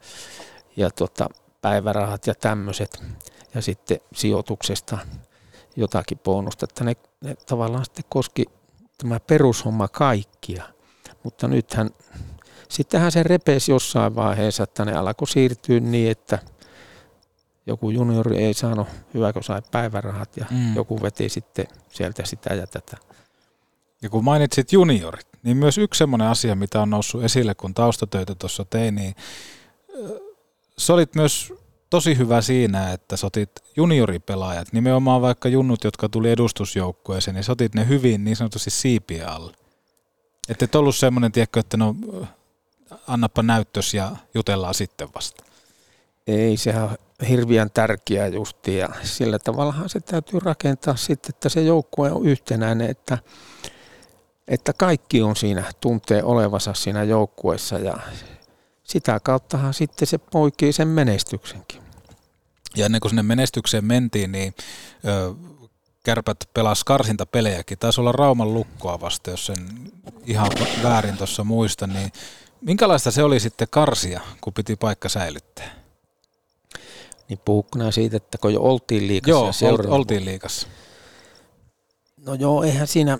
päivärahat ja tämmöiset, ja sitten sijoituksesta jotakin bonusta, että ne tavallaan sitten koski tämä perushomma kaikkia, mutta sittenhän se repesi jossain vaiheessa, että ne alkoi siirtyä niin, että joku juniori ei saanut hyvä, kun sai päivärahat ja joku veti sitten sieltä sitä ja tätä. Ja kun mainitsit juniorit, niin myös yksi semmoinen asia, mitä on noussut esille, kun taustatöitä tuossa tein, niin sä olit myös tosi hyvä siinä, että sä otit junioripelaajat, nimenomaan vaikka junnut, jotka tuli edustusjoukkueeseen, niin sä otit ne hyvin niin sanotusti siipien alle. Että et ollut semmoinen, tiedätkö, että no annapa näyttös ja jutellaan sitten vasta? Ei, sehän on hirveän tärkeää justi ja sillä tavallahan se täytyy rakentaa sitten, että se joukkue on yhtenäinen, että kaikki on siinä, tuntee olevansa siinä joukkueessa ja sitä kauttahan sitten se poikii sen menestyksenkin. Ja ennen kuin sinne menestykseen mentiin, niin Kärpät pelasi karsintapelejäkin. Taisi olla Rauman Lukkoa vasta, jos sen ihan väärin tuossa muistan. Niin minkälaista se oli sitten karsia, kun piti paikka säilyttää? Niin puhukko siitä, että kun jo oltiin liigassa? Joo, oltiin liigassa. No joo, eihän siinä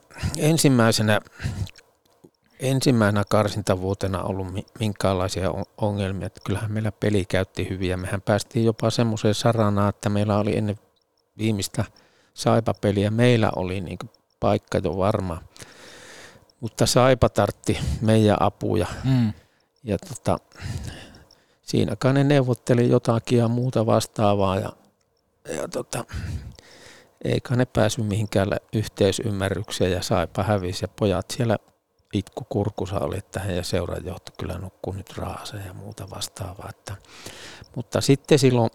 ensimmäisenä karsintavuotena ollut minkäänlaisia ongelmia. Että kyllähän meillä peli käytti hyvin ja mehän päästiin jopa semmoiseen saranaan, että meillä oli ennen viimeistä Saipa-peliä. Meillä oli niin kuin paikka jo varma, mutta Saipa tartti meidän apuja. Ja siinäkään ne neuvotteli jotakin ja muuta vastaavaa ja eikä ne päässyt mihinkään yhteisymmärrykseen ja Saipa hävisi ja pojat siellä itku kurkussa oli, että heidän seuranjohto kyllä nukkuu nyt raaseen ja muuta vastaavaa. Mutta sitten silloin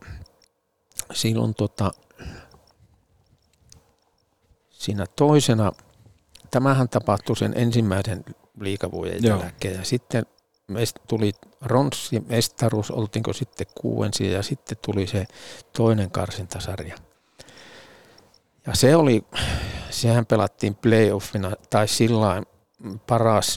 siinä toisena, tämähän tapahtui sen ensimmäisen liigavuoden jälkeen ja sitten tuli ronssimestaruus, oltiinko sitten 6. ja sitten tuli se toinen karsintasarja. Ja sehän pelattiin playoffina tai sillain paras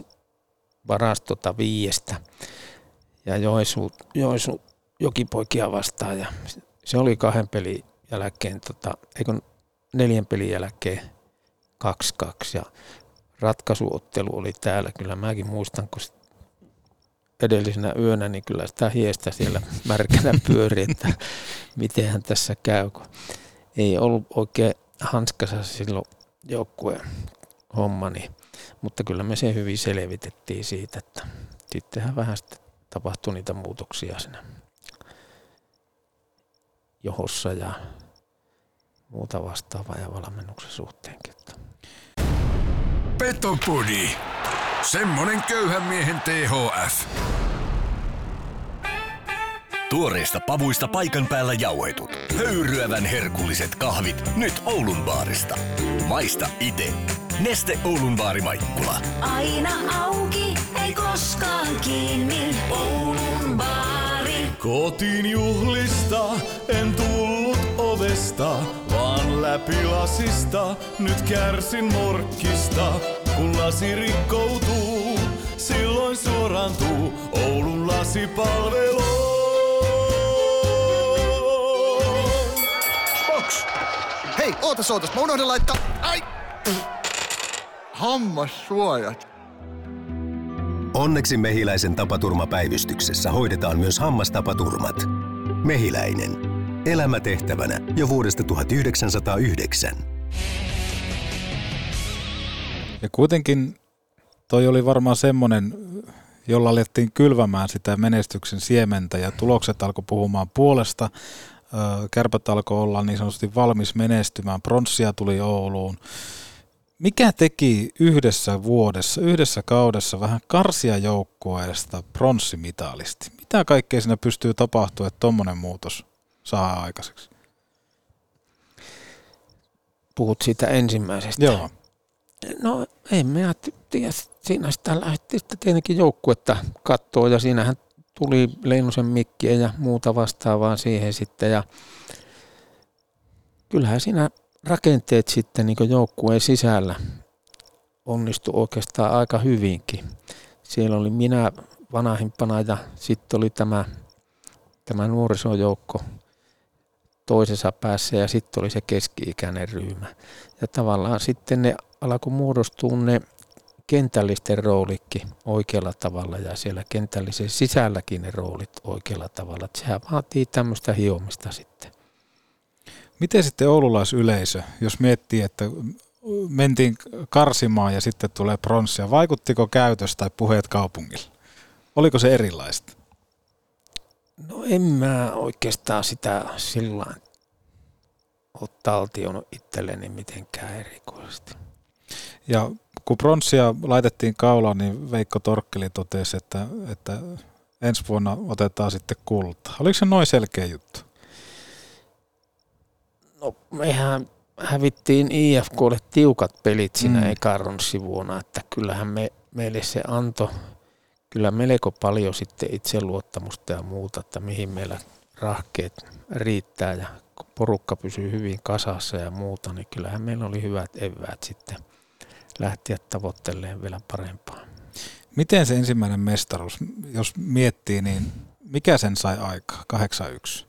5 ja Joensuu Jokipoikia vastaan ja se oli 2 pelin jälkeen, 4 pelin jälkeen 2-2 ja ratkaisuottelu oli täällä. Kyllä mäkin muistan, kun edellisenä yönä, niin kyllä sitä hiestä siellä märkänä pyöri, että mitenhän tässä käy, kun ei ollut oikein hanskassa silloin joukkueen homma, mutta kyllä me se hyvin selvitettiin siitä, että sittenhän vähän sitten tapahtui niitä muutoksia siinä johossa ja muuta vastaavaa ja valmennuksen suhteenkin. Petopodi. Semmonen köyhän miehen THF. Tuoreista pavuista paikan päällä jauhetut. Höyryävän herkulliset kahvit nyt Oulun baarista. Maista ite. Neste Oulun baari Maikkula. Aina auki, ei koskaan kiinni. Oulun baari. Kotiin juhlista en tullut ovesta, vaan läpi lasista. Nyt kärsin morkkista, kun lasi rikkoutuu. Silloin suoraantuu Oulun lasipalvelu. Box! Hei, ootas, mä unohdin laittaa... Ai! Hammassuojat. Onneksi Mehiläisen tapaturmapäivystyksessä hoidetaan myös hammastapaturmat. Mehiläinen. Elämä tehtävänä jo vuodesta 1909. Ja kuitenkin toi oli varmaan semmoinen, jolla alettiin kylvämään sitä menestyksen siementä ja tulokset alkoi puhumaan puolesta. Kärpät alkoi olla niin sanotusti valmis menestymään. Pronssia tuli Ouluun. Mikä teki yhdessä vuodessa, yhdessä kaudessa vähän karsia joukkueesta pronssimitalisti? Mitä kaikkea siinä pystyy tapahtumaan, että tommonen muutos saa aikaiseksi? Puhut siitä ensimmäisestä. Joo. No ei minä tiedä. Siinä sitä lähti sitten tietenkin joukkuetta katsoa ja siinähän tuli Leinosen Mikkiä ja muuta vastaavaa siihen sitten. Ja kyllähän siinä rakenteet sitten niin joukkueen sisällä onnistui oikeastaan aika hyvinkin. Siellä oli minä vanhimpana ja sitten oli tämä nuorisojoukko toisessa päässä ja sitten oli se keski-ikäinen ryhmä. Ja tavallaan sitten ne alkoi muodostua ne kentällisten roolikin oikealla tavalla ja siellä kentällisen sisälläkin ne roolit oikealla tavalla. Että sehän vaatii tämmöistä hiomista sitten. Miten sitten oululaisyleisö, jos miettii, että mentiin karsimaan ja sitten tulee pronssia, vaikuttiko käytös tai puheet kaupungilla? Oliko se erilaista? No en mä oikeastaan sitä sillain ole taltionut itselleni mitenkään erikoisesti. Ja kun pronssia laitettiin kaulaan, niin Veikko Torkkeli totesi, että ensi vuonna otetaan sitten kultaa. Oliko se noin selkeä juttu? No mehän hävittiin IFK:lle tiukat pelit siinä eka pronssivuonna, että kyllähän meille se antoi kyllä melko paljon sitten itseluottamusta ja muuta, että mihin meillä rahkeet riittää ja kun porukka pysyy hyvin kasassa ja muuta, niin kyllähän meillä oli hyvät eväät sitten lähteä tavoittelemaan vielä parempaa. Miten se ensimmäinen mestaruus, jos miettii, niin mikä sen sai aikaa, 8-1?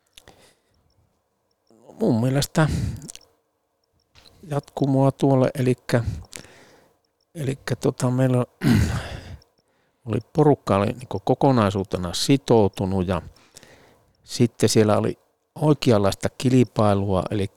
Mun mielestä jatkumoa tuolle, eli meillä oli porukka oli niin kokonaisuutena sitoutunut ja sitten siellä oli oikeanlaista kilpailua, eli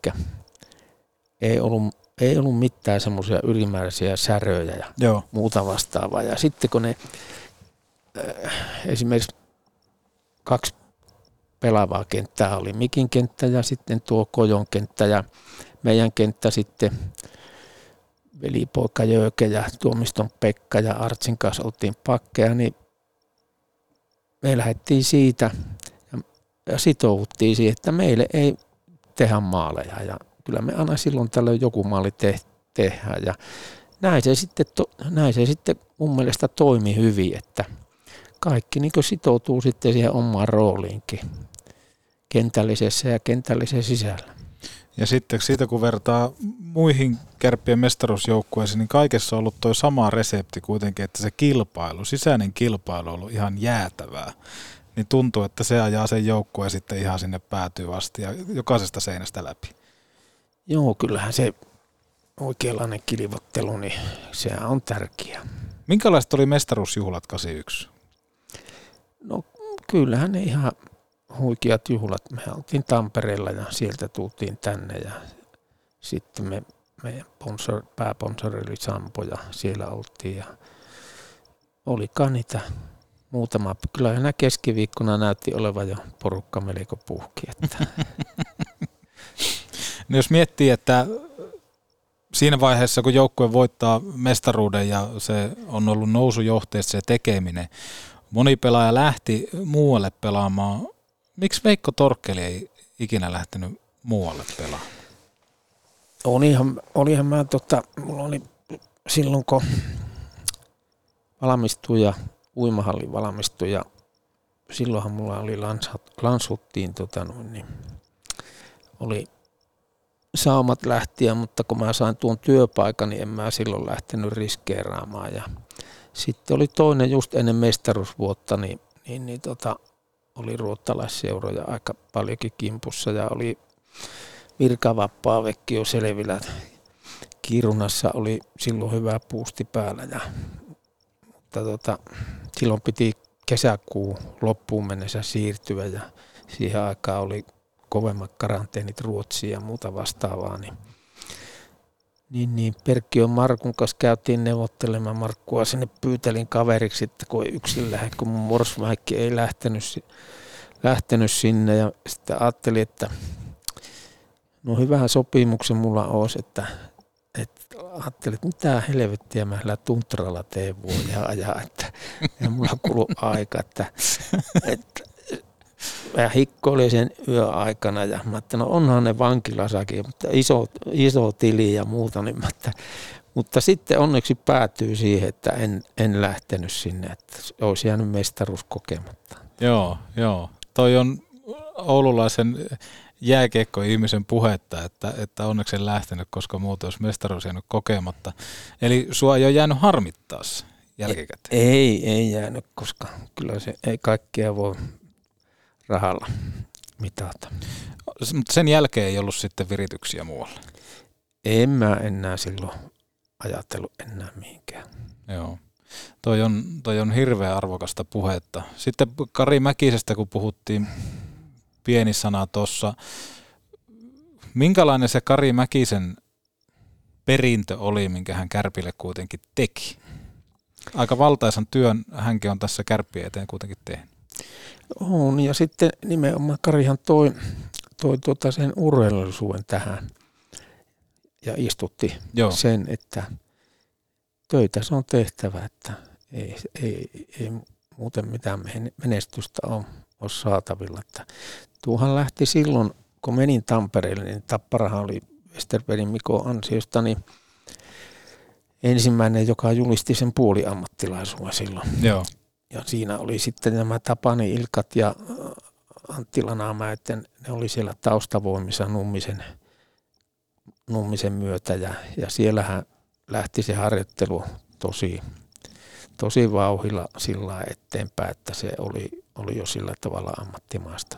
ei ollut mitään semmoisia ylimääräisiä säröjä ja muuta vastaavaa. Ja sitten kun ne esimerkiksi 2 pelaavaa kenttää oli Mikin kenttä ja sitten tuo Kojon kenttä ja meidän kenttä sitten velipoika Jöke ja Tuomiston Pekka ja Artsin kanssa oltiin pakkeja, niin me lähdettiin siitä ja sitouduttiin siihen, että meille ei tehdä maaleja ja kyllä me aina silloin tällöin joku maali tehdään ja näin se sitten mun mielestä toimi hyvin, että kaikki niin sitoutuu sitten siihen omaan rooliinkin kentällisessä ja kentällisen sisällä. Ja sitten siitä kun vertaa muihin Kärppien mestaruusjoukkueisiin, niin kaikessa on ollut tuo sama resepti kuitenkin, että se sisäinen kilpailu on ollut ihan jäätävää. Niin tuntuu, että se ajaa sen joukkueen sitten ihan sinne päätyy asti ja jokaisesta seinästä läpi. Joo, kyllähän se oikeanlainen kilvottelu, niin sehän on tärkeää. Minkälaiset oli mestaruusjuhlat 81? No kyllähän ne ihan huikeat juhlat. Me oltiin Tampereella ja sieltä tultiin tänne ja sitten meidän pääsponsori oli Sampo ja siellä oltiin ja olikaan niitä muutama. Kyllähän nämä keskiviikkona näytti olevan jo porukka melko puhki. Että. No jos miettii, että siinä vaiheessa kun joukkue voittaa mestaruuden ja se on ollut nousujohteessa se tekeminen, moni pelaaja lähti muualle pelaamaan. Miksi Veikko Torkkeli ei ikinä lähtenyt muualle pelaamaan? Olihan mä, mulla oli silloin kun valmistuin ja uimahallin valmistuin ja silloinhan mulla oli Lanshuttiin niin oli saumat lähtiä, mutta kun mä sain tuon työpaikan, niin en mä silloin lähtenyt riskeeraamaan ja sitten oli toinen just ennen mestaruusvuotta, niin oli ruottalaisseuroja aika paljonkin kimpussa ja oli virkavapaa vekki jo selvillä. Kirunassa oli silloin hyvä puusti päällä, mutta silloin piti kesäkuun loppuun mennessä siirtyä ja siihen aikaan oli kovemmat karanteenit Ruotsiin ja muuta vastaavaa. Niin Perkkiön Markun kanssa käytiin neuvottelemaan. Markkua sinne pyytelin kaveriksi, että kun ei yksin lähde, kun mun Morsmäikki ei lähtenyt sinne. Ja sitten ajattelin, että no hyvähän sopimuksen mulla olisi, että ajattelin, että mitä helvettiä mä sillä tuntralla teen vuoja ajaa, että ja mulla kului aika, että mä hikkoilin sen yöaikana ja mä ajattelin, no onhan ne vankilasakin, mutta iso tili ja muuta, niin mutta sitten onneksi päätyy siihen, että en lähtenyt sinne, että olisi jäänyt mestaruus kokematta. Joo. Toi on oululaisen jääkiekko-ihmisen puhetta, että onneksi en lähtenyt, koska muuten olisi mestaruus jäänyt kokematta. Eli sua ei ole jäänyt harmittaa jälkikäteen? Ei jäänyt, koska kyllä se ei kaikkea voi rahalla mitata. Mutta sen jälkeen ei ollut sitten virityksiä muualla? En mä enää silloin ajatellut enää mihinkään. Joo. Toi on hirveän arvokasta puhetta. Sitten Kari Mäkisestä, kun puhuttiin pieni sana tuossa. Minkälainen se Kari Mäkisen perintö oli, minkä hän Kärpille kuitenkin teki? Aika valtaisan työn hänkin on tässä Kärppien eteen kuitenkin tehnyt. On, ja sitten nimenomaan Karihan toi sen urheilullisuuden tähän ja istutti sen, että töitä se on tehtävä, että ei muuten mitään menestystä ole saatavilla. Että tuohan lähti silloin, kun menin Tampereelle, niin Tapparahan oli Westerbergin Mikon ansiosta niin ensimmäinen, joka julisti sen puoliammattilaisuuden silloin. Joo. Ja siinä oli sitten nämä Tapani Ilkat ja Antti Lanaamäe, että ne oli siellä taustavoimissa Nummisen myötä ja siellähän lähti se harjoittelu tosi vauhdilla sillä eteenpäin, että se oli jo sillä tavalla ammattimaista.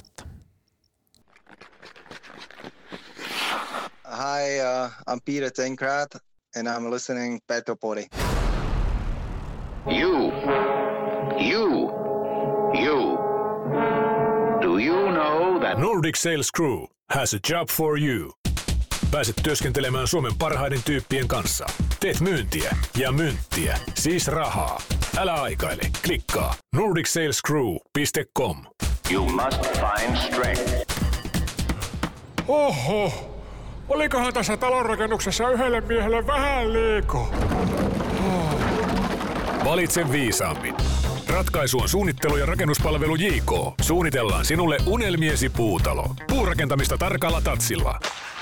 Hi, I'm Peter Tenkrat, and I'm listening Petropoli. You. Do you know that Nordic Sales Crew has a job for you. Pääset työskentelemään Suomen parhaiden tyyppien kanssa. Teet myyntiä ja mynttiä, siis rahaa. Älä aikaile, klikkaa nordicsalescrew.com. you must find strength? Oho, olikohan tässä talonrakennuksessa yhdelle miehelle vähän liikaa? Valitse viisaammin. Ratkaisu on suunnittelu- ja rakennuspalvelu JK. Suunnitellaan sinulle unelmiesi puutalo. Puurakentamista tarkalla tatsilla.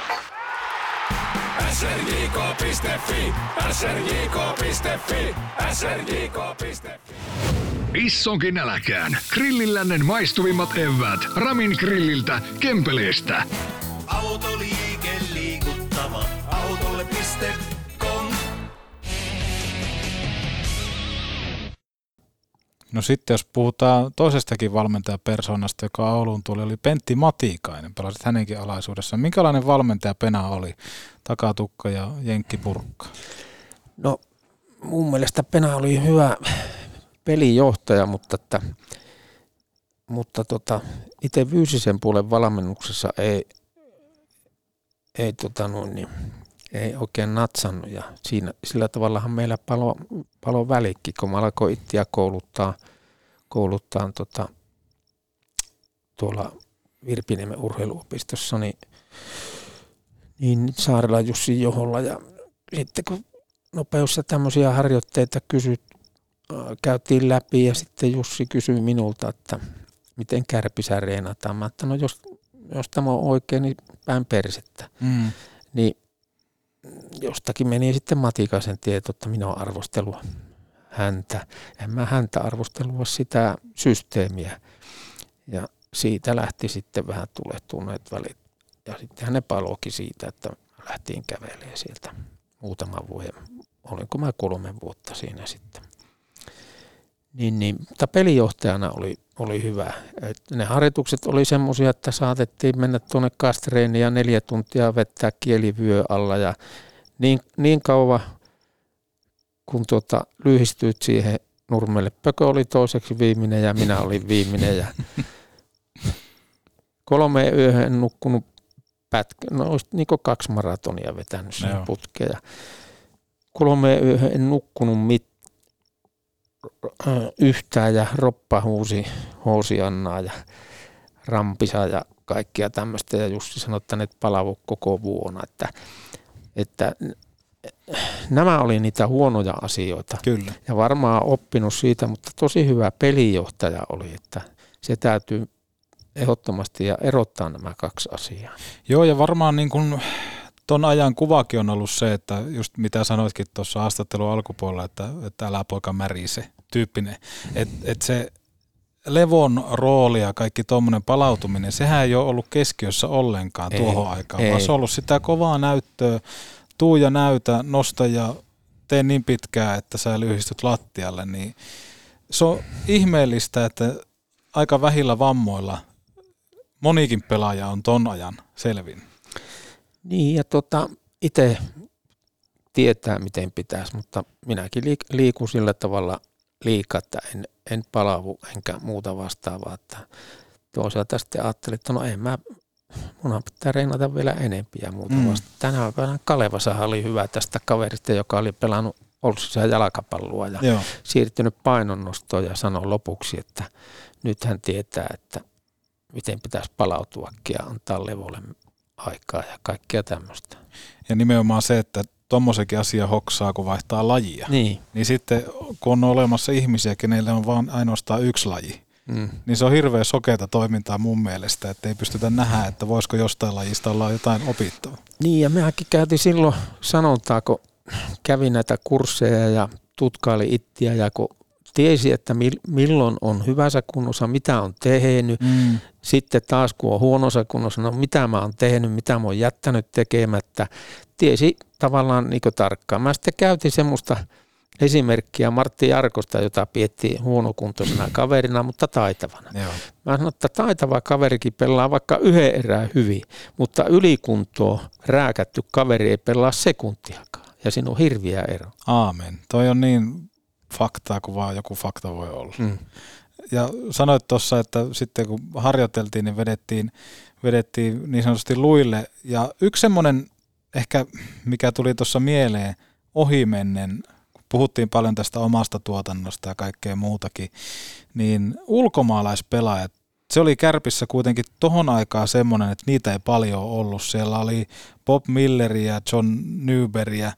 srjk.fi, srjk.fi, srjk.fi. Issonkin äläkään. Grillillännen maistuvimmat eväät. Ramin grilliltä Kempeleestä. Autoliike liikuttava. Autolle.com. No sitten jos puhutaan toisestakin valmentajapersoonasta, joka Ouluun tuli, oli Pentti Matikainen. Pelasit hänenkin alaisuudessaan. Minkälainen valmentaja Pena oli? Takatukka ja jenkkipurkka. No mun mielestä Pena oli hyvä pelijohtaja, mutta itse fyysisen puolen valmennuksessa ei oikein natsannut ja sillä tavallahan meillä palo välikki, kun mä alkoin itseä kouluttaa tuolla Virpiniemen urheiluopistossa, niin Saarela Jussi Joholla ja sitten kun nopeus ja tämmöisiä harjoitteita käytiin läpi ja sitten Jussi kysyi minulta, että miten Kärpisää reenataan. Mä että no jos tämä on oikein, niin päin persettä. Niin jostakin meni sitten Matikaisen tieto, että minä olen arvostellut häntä. En mä häntä arvostelua sitä systeemiä. Ja siitä lähti sitten vähän tulehtuneet välit. Ja sitten ne palokin siitä, että lähtiin kävelemään sieltä muutaman vuoden. Olinko mä 3 vuotta siinä sitten. Mutta pelijohtajana oli hyvä. Et ne harjoitukset oli semmoisia, että saatettiin mennä tuonne kastreeniin ja 4 tuntia vettää kielivyö alla ja niin kauan kun lyhistyit siihen nurmelle. Pökö oli toiseksi viimeinen ja minä olin viimeinen ja 3 yöhön en nukkunut olisi niin kuin 2 maratonia vetänyt siihen putkeen ja 3 yöhön en nukkunut yhtään ja Roppa huusi Hoosiannaa ja Rampisa ja kaikkia tämmöistä ja Jussi sanoi, että ne palavu koko vuonna, että nämä oli niitä huonoja asioita. Kyllä. Ja varmaan oppinut siitä, mutta tosi hyvä pelijohtaja oli, että se täytyy ehdottomasti ja erottaa nämä 2 asiaa. Joo ja varmaan niin kuin ton ajan kuvakin on ollut se, että just mitä sanoitkin tuossa haastattelun alkupuolella, että älä poika märise tyyppinen, että se levon rooli ja kaikki tuommoinen palautuminen, sehän ei ole ollut keskiössä ollenkaan tuohon aikaan, vaan se on ollut sitä kovaa näyttöä, tuu ja näytä, nosta ja tee niin pitkään, että sä lyhistyt lattialle, niin se on ihmeellistä, että aika vähillä vammoilla monikin pelaaja on ton ajan selvinnyt. Niin ja itse tietää miten pitäisi, mutta minäkin liikun sillä tavalla liikaa, että en palaavu enkä muuta vastaavaa. Että toisaalta sitten ajattelin, että no munhan pitää reenata vielä enempiä ja muuta vasta. Tänään päivänä Kalevasahan oli hyvä tästä kaverista, joka oli pelannut Olssissa jalkapalloa ja siirtynyt painonnostoon ja sanoi lopuksi, että nyt hän tietää, että miten pitäisi palautuakin ja antaa levolle aikaa ja kaikkea tämmöistä. Ja nimenomaan se, että tommosenkin asia hoksaa, kun vaihtaa lajia. Niin sitten kun on olemassa ihmisiä, kenelle on vaan ainoastaan yksi laji, niin se on hirveän sokeata toimintaa mun mielestä, että ei pystytä nähdä, että voisiko jostain lajista olla jotain opittavaa. Niin, ja mehän käytiin silloin sanontaa, kun kävi näitä kursseja ja tutkaili ittiä, ja kun tiesi, että milloin on hyvässä kunnossa, mitä on tehnyt. Sitten taas, kun on huonossa kunnossa, no mitä mä oon tehnyt, mitä mä oon jättänyt tekemättä. Tiesi tavallaan niin tarkkaan. Mä sitten käytin semmoista esimerkkiä Martti Jarkosta, jota piettiin huonokuntoisena kaverina, mutta taitavana. Joo. Mä sanon, että taitava kaverikin pelaa vaikka yhden erään hyvin, mutta ylikuntoon rääkätty kaveri ei pelaa sekuntiakaan. Ja siinä on hirviä ero. Aamen. Toi on niin faktaa, kuin vaan joku fakta voi olla. Ja sanoit tuossa, että sitten kun harjoiteltiin, niin vedettiin niin sanotusti luille. Ja yksi semmoinen ehkä, mikä tuli tuossa mieleen, ohimennen, kun puhuttiin paljon tästä omasta tuotannosta ja kaikkea muutakin, niin ulkomaalaispelaajat, se oli Kärpissä kuitenkin tohon aikaan semmoinen, että niitä ei paljon ollut. Siellä oli Bob Milleria, John Newberia.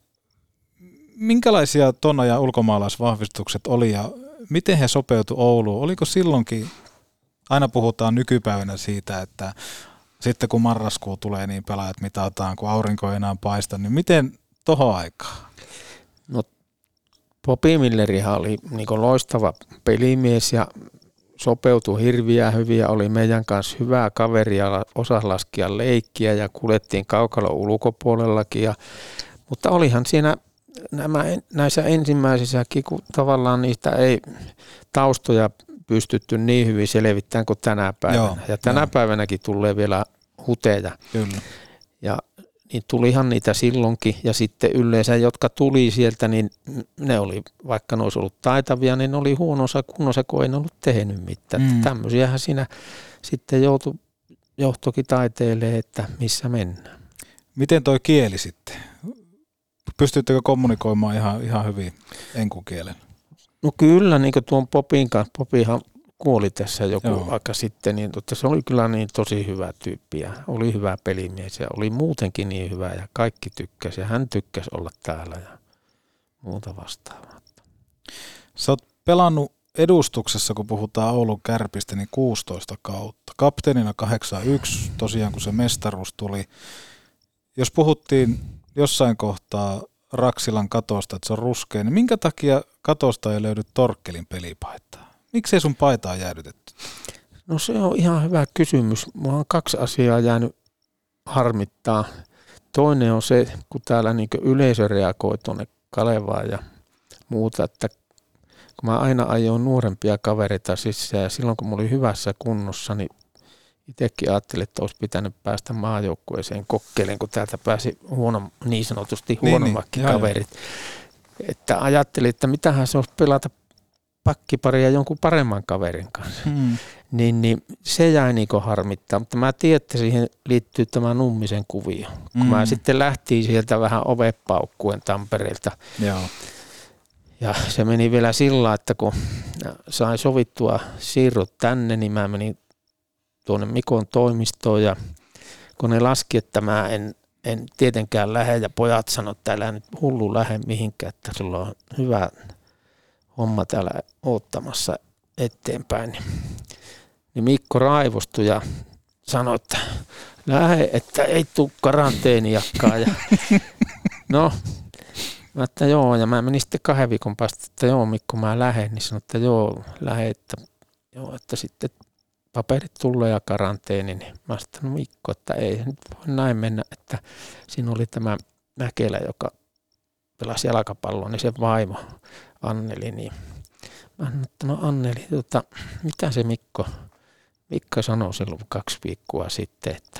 Minkälaisia ton ajan ulkomaalaisvahvistukset oli ja miten he sopeutu Ouluun? Oliko silloinkin, aina puhutaan nykypäivänä siitä, että sitten kun marraskuu tulee, niin pelaajat mitataan, kun aurinko ei enää paista, niin miten tohon aikaan? No Bobby Millerihan oli niin loistava pelimies ja sopeutui hirviä hyviä, oli meidän kanssa hyvää kaveria, osasi laskea leikkiä ja kuljettiin kaukalon ulkopuolellakin, mutta olihan siinä näissä ensimmäisissäkin, kun tavallaan niistä ei taustoja pystytty niin hyvin selvittämään kuin tänä päivänä. Ja tänä päivänäkin tulee vielä huteja. Kyllä. Ja niin tulihan niitä silloinkin. Ja sitten yleensä, jotka tuli sieltä, niin ne oli, vaikka ne olisi ollut taitavia, niin ne oli huonossa kunnossa, kun ei ne ollut tehnyt mitään. Tämmöisiähän siinä sitten johtokin taiteelle, että missä mennään. Miten toi kieli sitten? Pystyttekö kommunikoimaan ihan hyvin enkukielen? No kyllä, niin kuin tuon Popin kanssa. Popihan kuoli tässä joku aika sitten, niin se oli kyllä niin tosi hyvä tyyppi ja oli hyvä pelimies ja oli muutenkin niin hyvä ja kaikki tykkäsi ja hän tykkäsi olla täällä ja muuta vastaavaa. Sä oot pelannut edustuksessa, kun puhutaan Oulun Kärpistä, niin 16 kautta. Kapteenina 81, tosiaan kun se mestaruus tuli. Jos puhuttiin jossain kohtaa Raksilan katosta, että se on ruskea, niin minkä takia katosta ei löydy Torkkelin pelipaitaa? Miksei sun paitaa jäädytetty? No se on ihan hyvä kysymys. Mulla on 2 asiaa jäänyt harmittaa. Toinen on se, kun täällä niin yleisö reagoi tuonne Kalevaan ja muuta, että kun mä aina ajoin nuorempia kavereita sisään ja silloin kun mä olin hyvässä kunnossa, niin itsekin ajattelin, että olisi pitänyt päästä maajoukkueeseen kokeilemaan, kun täältä pääsi niin sanotusti huonommatkin kaverit. Että ajattelin, että mitähän se olisi pelata pakkiparia jonkun paremman kaverin kanssa. Niin se jäi niin harmittaa, mutta mä tiedän, että siihen liittyy tämä Nummisen kuvio. Kun mä sitten lähtiin sieltä vähän ovepaukkuen Tampereelta. Joo. Ja se meni vielä sillä, että kun sain sovittua siirrot tänne, niin mä menin tuonne Mikon toimistoon ja kun ne laski, että mä en tietenkään lähde ja pojat sanoivat, että älä nyt hullu lähde mihinkään, että sulla on hyvä homma täällä odottamassa eteenpäin. Niin Mikko raivostui ja sanoi, että lähde, että ei tule karanteeniakaan. Ja no, mä että joo, ja mä menin sitten 2 viikon päästä, että joo Mikko mä lähden, niin sanoi, että joo lähde, että sitten paperit tulee ja karanteeni, niin mä sanoin, no Mikko, että ei nyt voi näin mennä, että siinä oli tämä Mäkelä, joka pelasi jalkapalloa, niin se vaimo Anneli, niin mä sanoin, että no Anneli, mitä se Mikko sanoi silloin 2 viikkoa sitten, että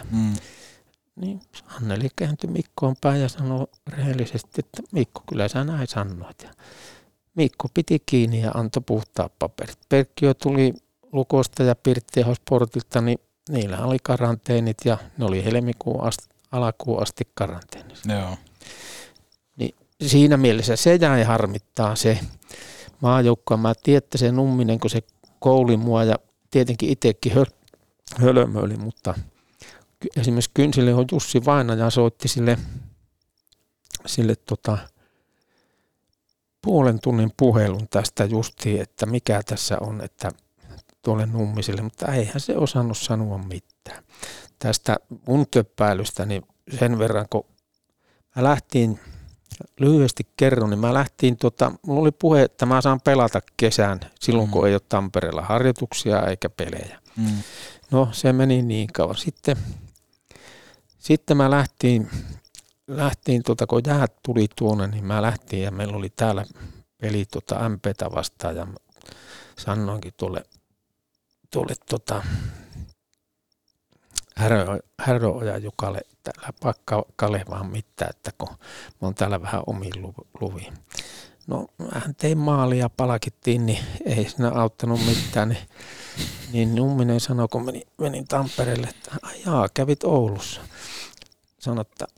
niin Anneli kääntyi Mikkoon päin ja sanoi rehellisesti, että Mikko, kyllä sä näin sanoit. Ja Mikko piti kiinni ja antoi puhtaa paperit. Perkkio tuli Lukosta ja Pirttieho Sportilta, niin niillä oli karanteenit ja ne oli helmikuun alkuun asti karanteenissa. Joo. Niin siinä mielessä se jäi harmittaa se maajoukkoa. Mä tiedän, että se Numminen, kun se kouli mua ja tietenkin itsekin hölmöili, mutta esimerkiksi Kynsilehon Jussi Vainaja soitti sille sille puolen tunnin puhelun tästä justiin, että mikä tässä on, että tuolle Nummiselle, mutta eihän se osannut sanoa mitään. Tästä mun töppäilystä, niin sen verran, kun mä lähtiin, lyhyesti kerron, niin mä lähtiin, mulla oli puhe, että mä saan pelata kesän silloin, kun ei ole Tampereella harjoituksia eikä pelejä. No se meni niin kauan. Sitten mä lähtiin kun jäät tuli tuonne, niin mä lähtiin ja meillä oli täällä peli MPtä vastaan ja sanoinkin tuolle Häröoja Jukalle, että älä pakkaa Kalevaan mitään, että kun mä oon täällä vähän omiin luviin. No hän tein maalia ja palkittiin, niin ei siinä auttanut mitään. Niin Numminen sanoi, kun menin Tampereelle, että jaa, kävit Oulussa. Sanoi, että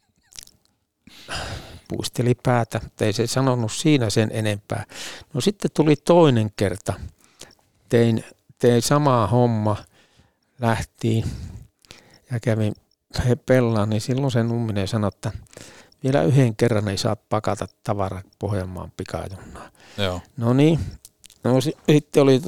puisteli päätä, mutta ei se sanonut siinä sen enempää. No sitten tuli toinen kerta. Tein samaa homma, lähtiin ja kävin pellaan, niin silloin se Numminen sanoi, että vielä yhden kerran ei saa pakata tavara Pohjanmaan pikajunnaa. Joo. No niin, no sitten oli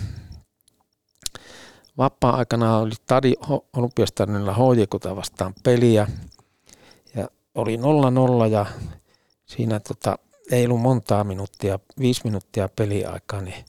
vapaa-aikana oli Olympiastadionilla HJK:ta vastaan peliä ja oli 0-0 ja siinä ei ollut montaa minuuttia, 5 minuuttia peliaikaa, niin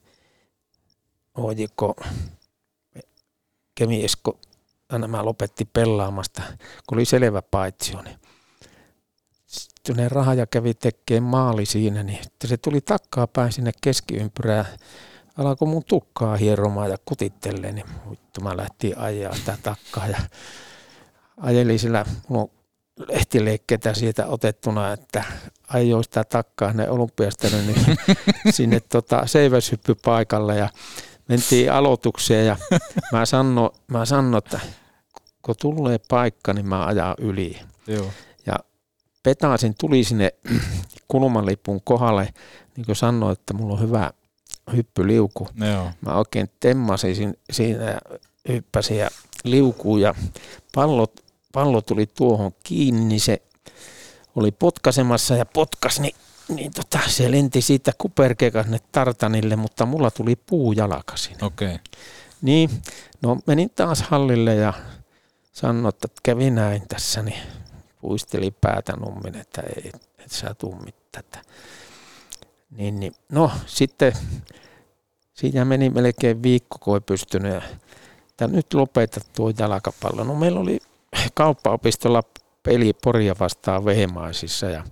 HJK Kemi Esko nämä lopetti pelaamasta, kun oli selvä paitsio, niin sitten Rahaja kävi tekemään maali siinä, niin se tuli takkaa päin sinne keskiympyrään, alkoi mun tukkaa hieromaan ja kutittelee, niin vittu mä lähtiin ajaa sitä takkaa ja ajelin sillä, mulla on lehtileikkeitä siitä otettuna, että ajoi sitä takkaa ne Olympiastadionin niin sinne seiväshyppypaikalle ja mentiin aloitukseen ja mä sanoin, että kun tulee paikka, niin mä ajan yli. Joo. Ja petaasin, tuli sinne kulmanlipun kohdalle, niin kuin sanoin, että mulla on hyvä hyppyliuku. Joo. Mä oikein temmasin siinä ja hyppäsin ja liukuun ja pallo tuli tuohon kiinni, niin se oli potkasemassa ja potkas, niin se lenti siitä kuperkekanne tartanille, mutta mulla tuli puujalka sinne. Okei. Niin, no menin taas hallille ja sanoin, että kävi näin tässä, niin puisteli päätä Numminen, että ei, et sä tuu mitään. Niin, no sitten siitä meni melkein viikko, kun ei pystynyt. Ja nyt lopeta tuo jalkapallo. No meillä oli kauppaopistolla peli Poria vastaan Vehmaisissa ja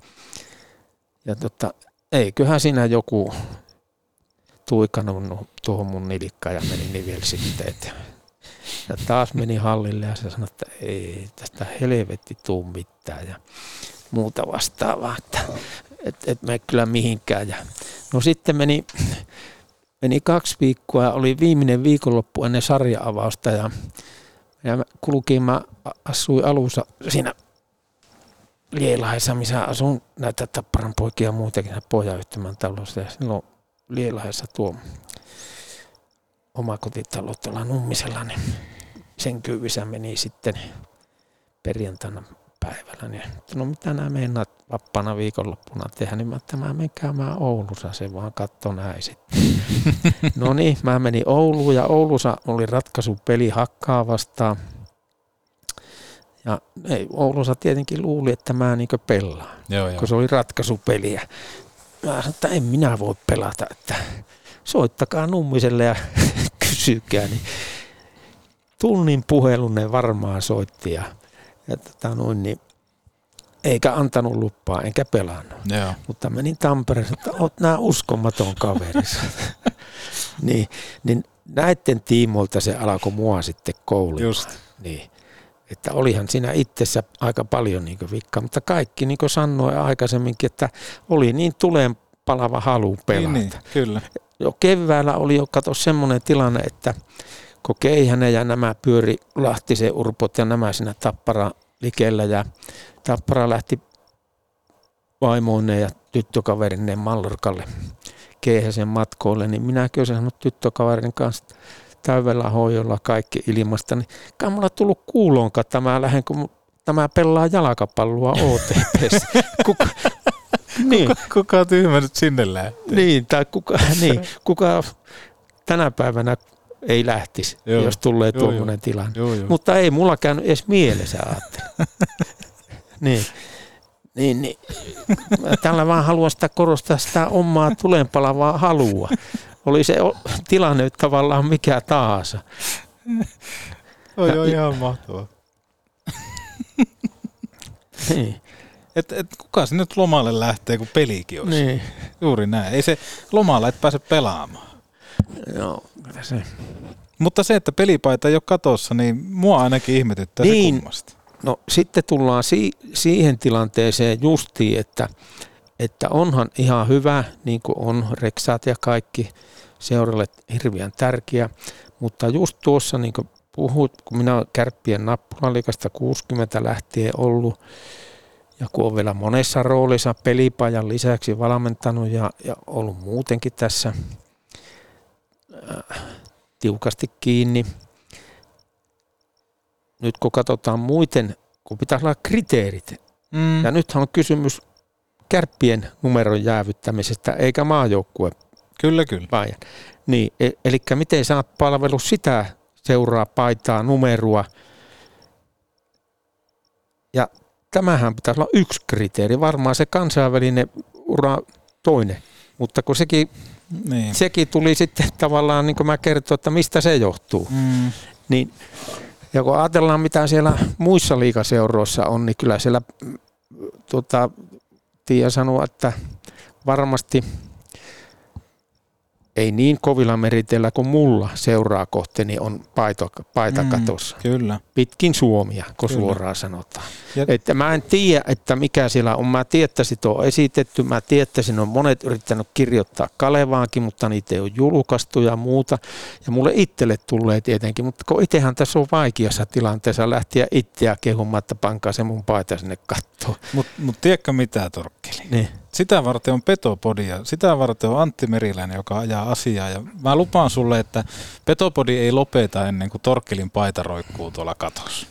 eiköhän siinä joku tuikannut tuohon mun nilkkaan ja meni nivel sitten. Ja taas meni hallille ja se sanoi, että ei tästä helvetti tuu mitään ja muuta vastaavaa, että et mene kyllä mihinkään. Ja no sitten meni 2 viikkoa ja oli viimeinen viikonloppu ennen sarja-avausta ja mä asuin alussa siinä Lielahdessa, missä asun näitä Tapparan poikia ja muutenkin pohjayhtymän talossa. Ja silloin Lielahdessa tuo omakotitalo tuolla Nummisella, niin sen kyyvissä meni sitten perjantaina päivällä. Niin, no mitä nämä meinaat vapaana viikonloppuna tehdä, niin mä menen käymään Oulussa, se vaan katso näin sitten. No niin, mä menin Ouluun ja Oulussa oli ratkaisupeli Hakkaa vastaan. Ja Oulussa tietenkin luuli, että mä niinkö pelaan, kun se oli ratkaisupeliä. Mä sanoin, että en minä voi pelata, että soittakaa Nummiselle ja kysykää. Niin tunnin puhelun ne varmaan soitti ja niin, eikä antanut lupaa, enkä pelannut. Joo. Mutta menin Tampereelle, että oot nää uskomaton kaveri. niin näiden tiimoilta se alkoi mua sitten koulumaan. Just. Niin. Että olihan siinä itsessä aika paljon niin vikkaa, mutta kaikki niin kuin sanoi aikaisemminkin, että oli niin tuleen palava halu pelata. Niin, kyllä. Jo keväällä oli jo semmoinen tilanne, että kun Keihänen ja nämä pyöri Lahtisen Urpot ja nämä siinä Tappara likellä ja Tappara lähti vaimoineen ja tyttökaverineen Mallorkalle Keihäsen matkoille, niin minä kyllä sanonut tyttökaverin kanssa täydellä hoidolla kaikki ilmasta, niin kai mulla tullut kuuloonkaan, että mä lähden, kun tämä pelaa jalkapalloa OTP:ssä. Kuka tyhmä nyt sinne lähtee? Niin, tai kuka tänä päivänä ei lähtisi, jos tulee tuommoinen tilanne. Joo. Mutta ei mulla käynyt edes mielessä, ajattelen. Niin. Tällä vaan haluan sitä korostaa sitä omaa tulenpalavaa halua. Oli se tilanne tavallaan mikä tahansa. Oi, ihan mahtavaa. Niin. Kuka sinne nyt lomalle lähtee, kun pelikin olisi? Niin. Juuri näin. Ei se lomalla et pääse pelaamaan. Joo, kyllä se. Mutta se, että pelipaita ei ole katossa, niin mua ainakin ihmetyttää se kummasti. No sitten tullaan siihen tilanteeseen justiin, että onhan ihan hyvä, niin kuin on reksaat ja kaikki seuralle hirveän tärkeä, mutta just tuossa niin kuin puhut, kun minä olen Kärppien Nappulaliigasta 60 lähtien ollut, ja kun olen vielä monessa roolissa pelipajan lisäksi valmentanut ja ollut muutenkin tässä tiukasti kiinni. Nyt kun katsotaan muiden, kun pitäisi olla kriteerit, ja nythän on kysymys Kärppien numeron jäävyttämisestä, eikä maajoukkue. Kyllä. Niin, eli miten sä oot palvellut sitä seuraa, paitaa, numeroa. Ja tämähän pitäisi olla yksi kriteeri, varmaan se kansainvälinen ura toinen, mutta kun sekin tuli sitten tavallaan, niin kuin mä kertoin, että mistä se johtuu. Niin, ja kun ajatellaan, mitä siellä muissa liigaseuroissa on, niin kyllä siellä Tiia sanoo, että varmasti ei niin kovilla meriteillä kuin mulla seuraa kohti, niin on paita katossa. Kyllä. Pitkin Suomia, kun suoraan sanotaan. Että mä en tiedä, että mikä siellä on. Mä tiedän, että sitä on esitetty. Mä tiedän, että siinä on monet yrittänyt kirjoittaa Kalevaankin, mutta niitä ei ole julkaistu ja muuta. Ja mulle itselle tulee tietenkin, mutta kun itsehän tässä on vaikeassa tilanteessa lähteä itseä kehumaan, että pankaa se mun paita sinne kattoon. Mutta tiedätkö mitä, Torkkeli? Niin. Sitä varten on Petopodi ja sitä varten on Antti Meriläinen, joka ajaa asiaa. Ja mä lupaan sulle, että Petopodi ei lopeta ennen kuin Torkkelin paita roikkuu tuolla katossa.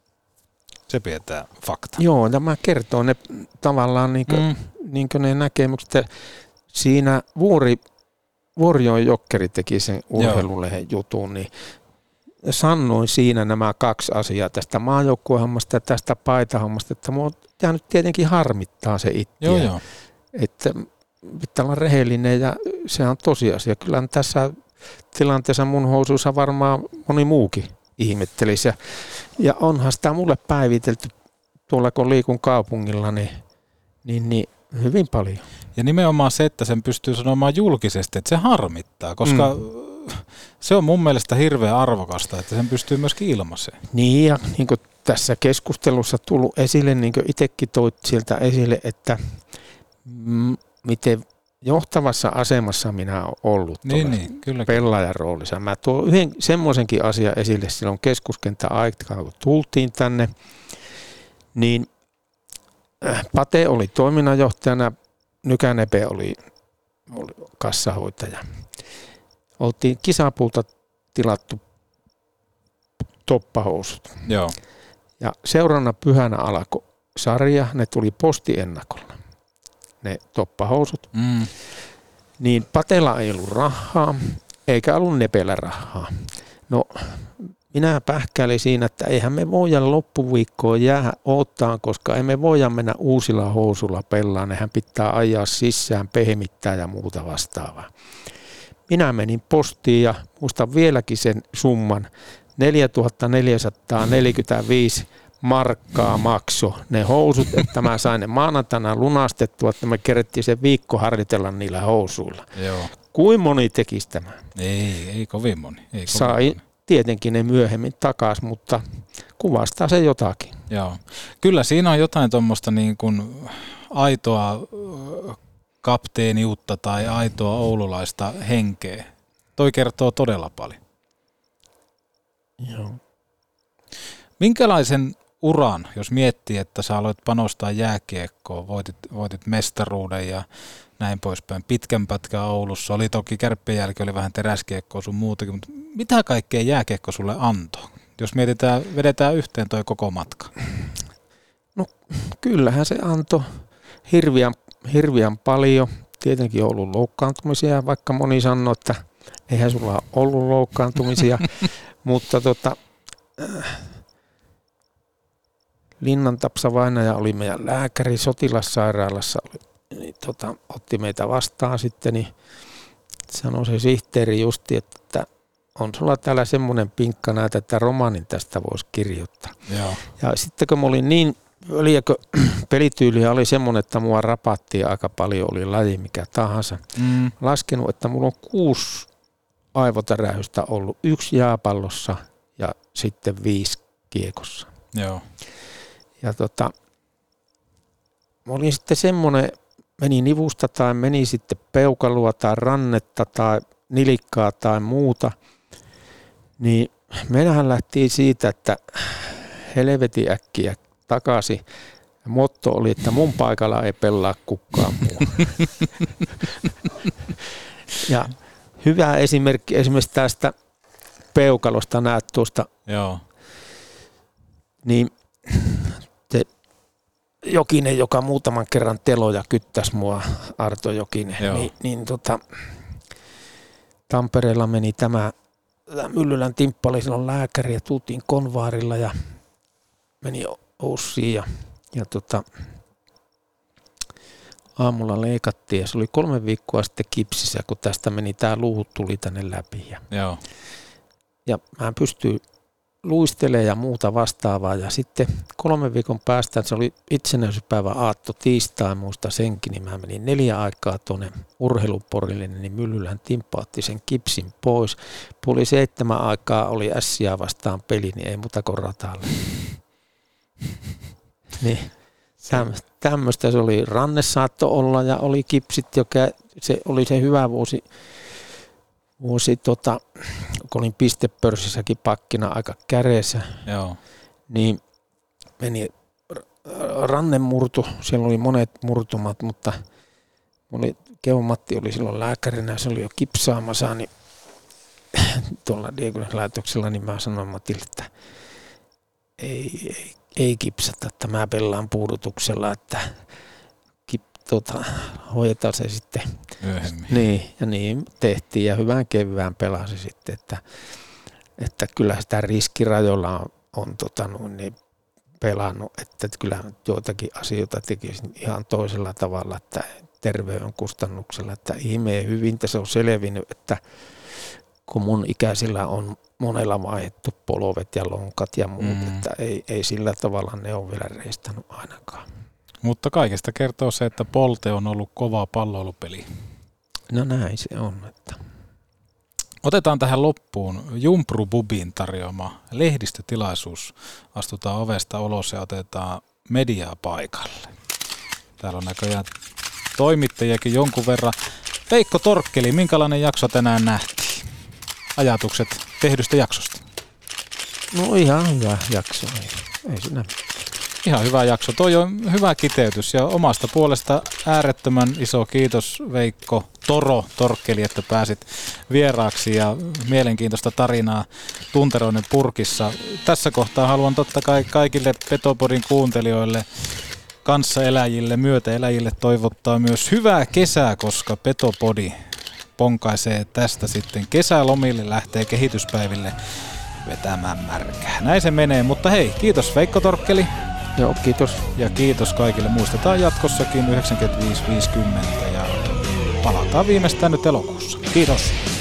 Se pidetään fakta. Joo, ja mä kertoon ne tavallaan niin kuin ne näkemykset. Siinä Vuorijoen Jokkeri teki sen urheilulehen jutun, niin sanoin siinä nämä kaksi asiaa tästä maajoukkuehommasta ja tästä paitahommasta, että mua on jäänyt tietenkin harmittaa se itse. Joo. Että pitää olla rehellinen ja se on tosiasia. Kyllä tässä tilanteessa mun housuissa varmaan moni muukin ihmettelisi. Ja onhan sitä mulle päivitelty tuolla kun liikun kaupungilla, niin hyvin paljon. Ja nimenomaan se, että sen pystyy sanomaan julkisesti, että se harmittaa, koska se on mun mielestä hirveän arvokasta, että sen pystyy myöskin ilmaiseen. Niin ja niin kuin tässä keskustelussa tullut esille, niin kuin itsekin toit sieltä esille, että miten johtavassa asemassa minä olen ollut kyllä. pelaajan roolissa. Mä tuon yhden semmoisenkin asian esille silloin keskuskenttä aikaan, kun tultiin tänne, niin Pate oli toiminnanjohtajana, Nykänepe oli kassahoitaja. Oltiin Kisapuulta tilattu toppahousut. Joo. Ja seuraavana pyhänä alkoi sarja, ne tuli postiennakolla, ne toppahousut. Niin Patella ei ollut rahaa, eikä ollut Nepellä rahaa. No, minä pähkäilin siinä, että eihän me voida loppuviikkoon jäädä odottaa, koska emme voida mennä uusilla housulla pellaan. Nehän pitää ajaa sisään, pehmittää ja muuta vastaavaa. Minä menin postiin ja muistan vieläkin sen summan. 4445 markkaa makso ne housut, että mä sain ne maanantaina lunastettua, että me kerettiin se viikko harjoitella niillä housuilla. Joo. Kuin moni tekisi tämän? Ei kovin moni. Sai tietenkin ne myöhemmin takaisin, mutta kuvastaa se jotakin. Joo. Kyllä siinä on jotain tuommoista niin kuin aitoa kapteeniutta tai aitoa oululaista henkeä. Toi kertoo todella paljon. Joo. Minkälaisen uran, jos miettii, että sä aloit panostaa jääkiekkoon, voitit mestaruuden ja näin poispäin, pitkän pätkän Oulussa, oli toki Kärppien jälkeen, oli vähän teräskiekkoa sun muutakin, mutta mitä kaikkea jääkiekko sulle antoi, jos vedetään yhteen toi koko matka? No kyllähän se antoi hirviän paljon. Tietenkin on ollut loukkaantumisia, vaikka moni sanoo, että eihän sulla ole ollut loukkaantumisia, mutta Linnan Tapsa-vainaja oli meidän lääkäri sotilassairaalassa, niin otti meitä vastaan sitten, niin sanoi se sihteeri justi, että on sulla täällä semmoinen pinkka näitä, että romaanin tästä voisi kirjoittaa. Joo. Ja sitten kun mä olin niin, pelityyliä oli semmoinen, että mua rapattiin aika paljon, oli laji mikä tahansa. Laskenut, että mulla on 6 aivotärähystä ollut, 1 jääpallossa ja sitten 5 kiekossa. Joo. Ja mä olin sitten semmoinen, meni nivusta tai meni sitten peukalua tai rannetta tai nilikkaa tai muuta, niin meillähän lähti siitä, että helvetin äkkiä takaisin. Motto oli, että mun paikalla ei pelaa kukaan muu. Ja hyvä esimerkki esimerkiksi tästä peukalosta näet tuosta. Joo. Niin se Jokinen, joka muutaman kerran teloja kyttäsi mua, Arto Jokinen, niin Tampereella meni tämä Myllylän Timppa oli silloin lääkäri ja tultiin konvaarilla ja meni Oussiin ja aamulla leikattiin ja se oli 3 viikkoa sitten kipsissä, kun tästä meni tämä luuhut tuli tänne läpi. Ja mä pystyin luistelemaan ja muuta vastaavaa ja sitten 3 viikon päästä, se oli itsenäisyyspäivä aatto tiistai, muista senkin, niin mä menin 4 aikaa tuonne urheiluporille, niin Myllylän Timppa otti sen kipsin pois. Puoli 7 aikaa oli Ässiä vastaan peli, niin ei muuta kuin ratalle. Niin, tämmöistä se oli. Ranne saattoi olla ja oli kipsit, se oli se hyvä vuosi kun olin pistepörssissäkin pakkina aika käreessä, niin meni ranne murtu, siellä oli monet murtumat, mutta Keuvo Matti oli silloin lääkärinä, se oli jo kipsaamassa, niin tuolla Diakonis-laitoksella, niin mä sanoin Matille, että ei kipsata, että mä pelaan puudutuksella, että hoidetaan se sitten myöhemmin. Niin, ja niin tehtiin ja hyvän kevään pelasi sitten, että kyllä sitä riskirajoilla on niin pelannut, että kyllä joitakin asioita tekisin ihan toisella tavalla, että terveyden kustannuksella, että ihmeen hyvin se on selvinnyt, että kun mun ikäisillä on monella vaihdettu polvet ja lonkat ja muut, että ei sillä tavalla ne ole vielä reistannut ainakaan. Mutta kaikesta kertoo se, että Polte on ollut kova palloilupeli. No näin se on. Että. Otetaan tähän loppuun Jumpru Bubin tarjoama lehdistötilaisuus. Astutaan ovesta ulos ja otetaan mediaa paikalle. Täällä on näköjään toimittajiakin jonkun verran. Veikko Torkkeli, minkälainen jakso tänään nähtiin? Ajatukset tehdystä jaksosta? No ihan hyvä jakso. Ei sinä. Ihan hyvä jakso. Toi on hyvä kiteytys ja omasta puolesta äärettömän iso kiitos Veikko Torkkeli, että pääsit vieraaksi ja mielenkiintoista tarinaa Tunteroinen purkissa. Tässä kohtaa haluan totta kai kaikille Petopodin kuuntelijoille, kanssaeläjille, myötäeläjille toivottaa myös hyvää kesää, koska Petopodi ponkaisee tästä sitten kesälomille, lähtee kehityspäiville vetämään märkää. Näin se menee, mutta hei, kiitos Veikko Torkkeli. Joo, kiitos. Ja kiitos kaikille. Muistetaan jatkossakin 95.50 ja palataan viimeistään nyt elokuussa. Kiitos.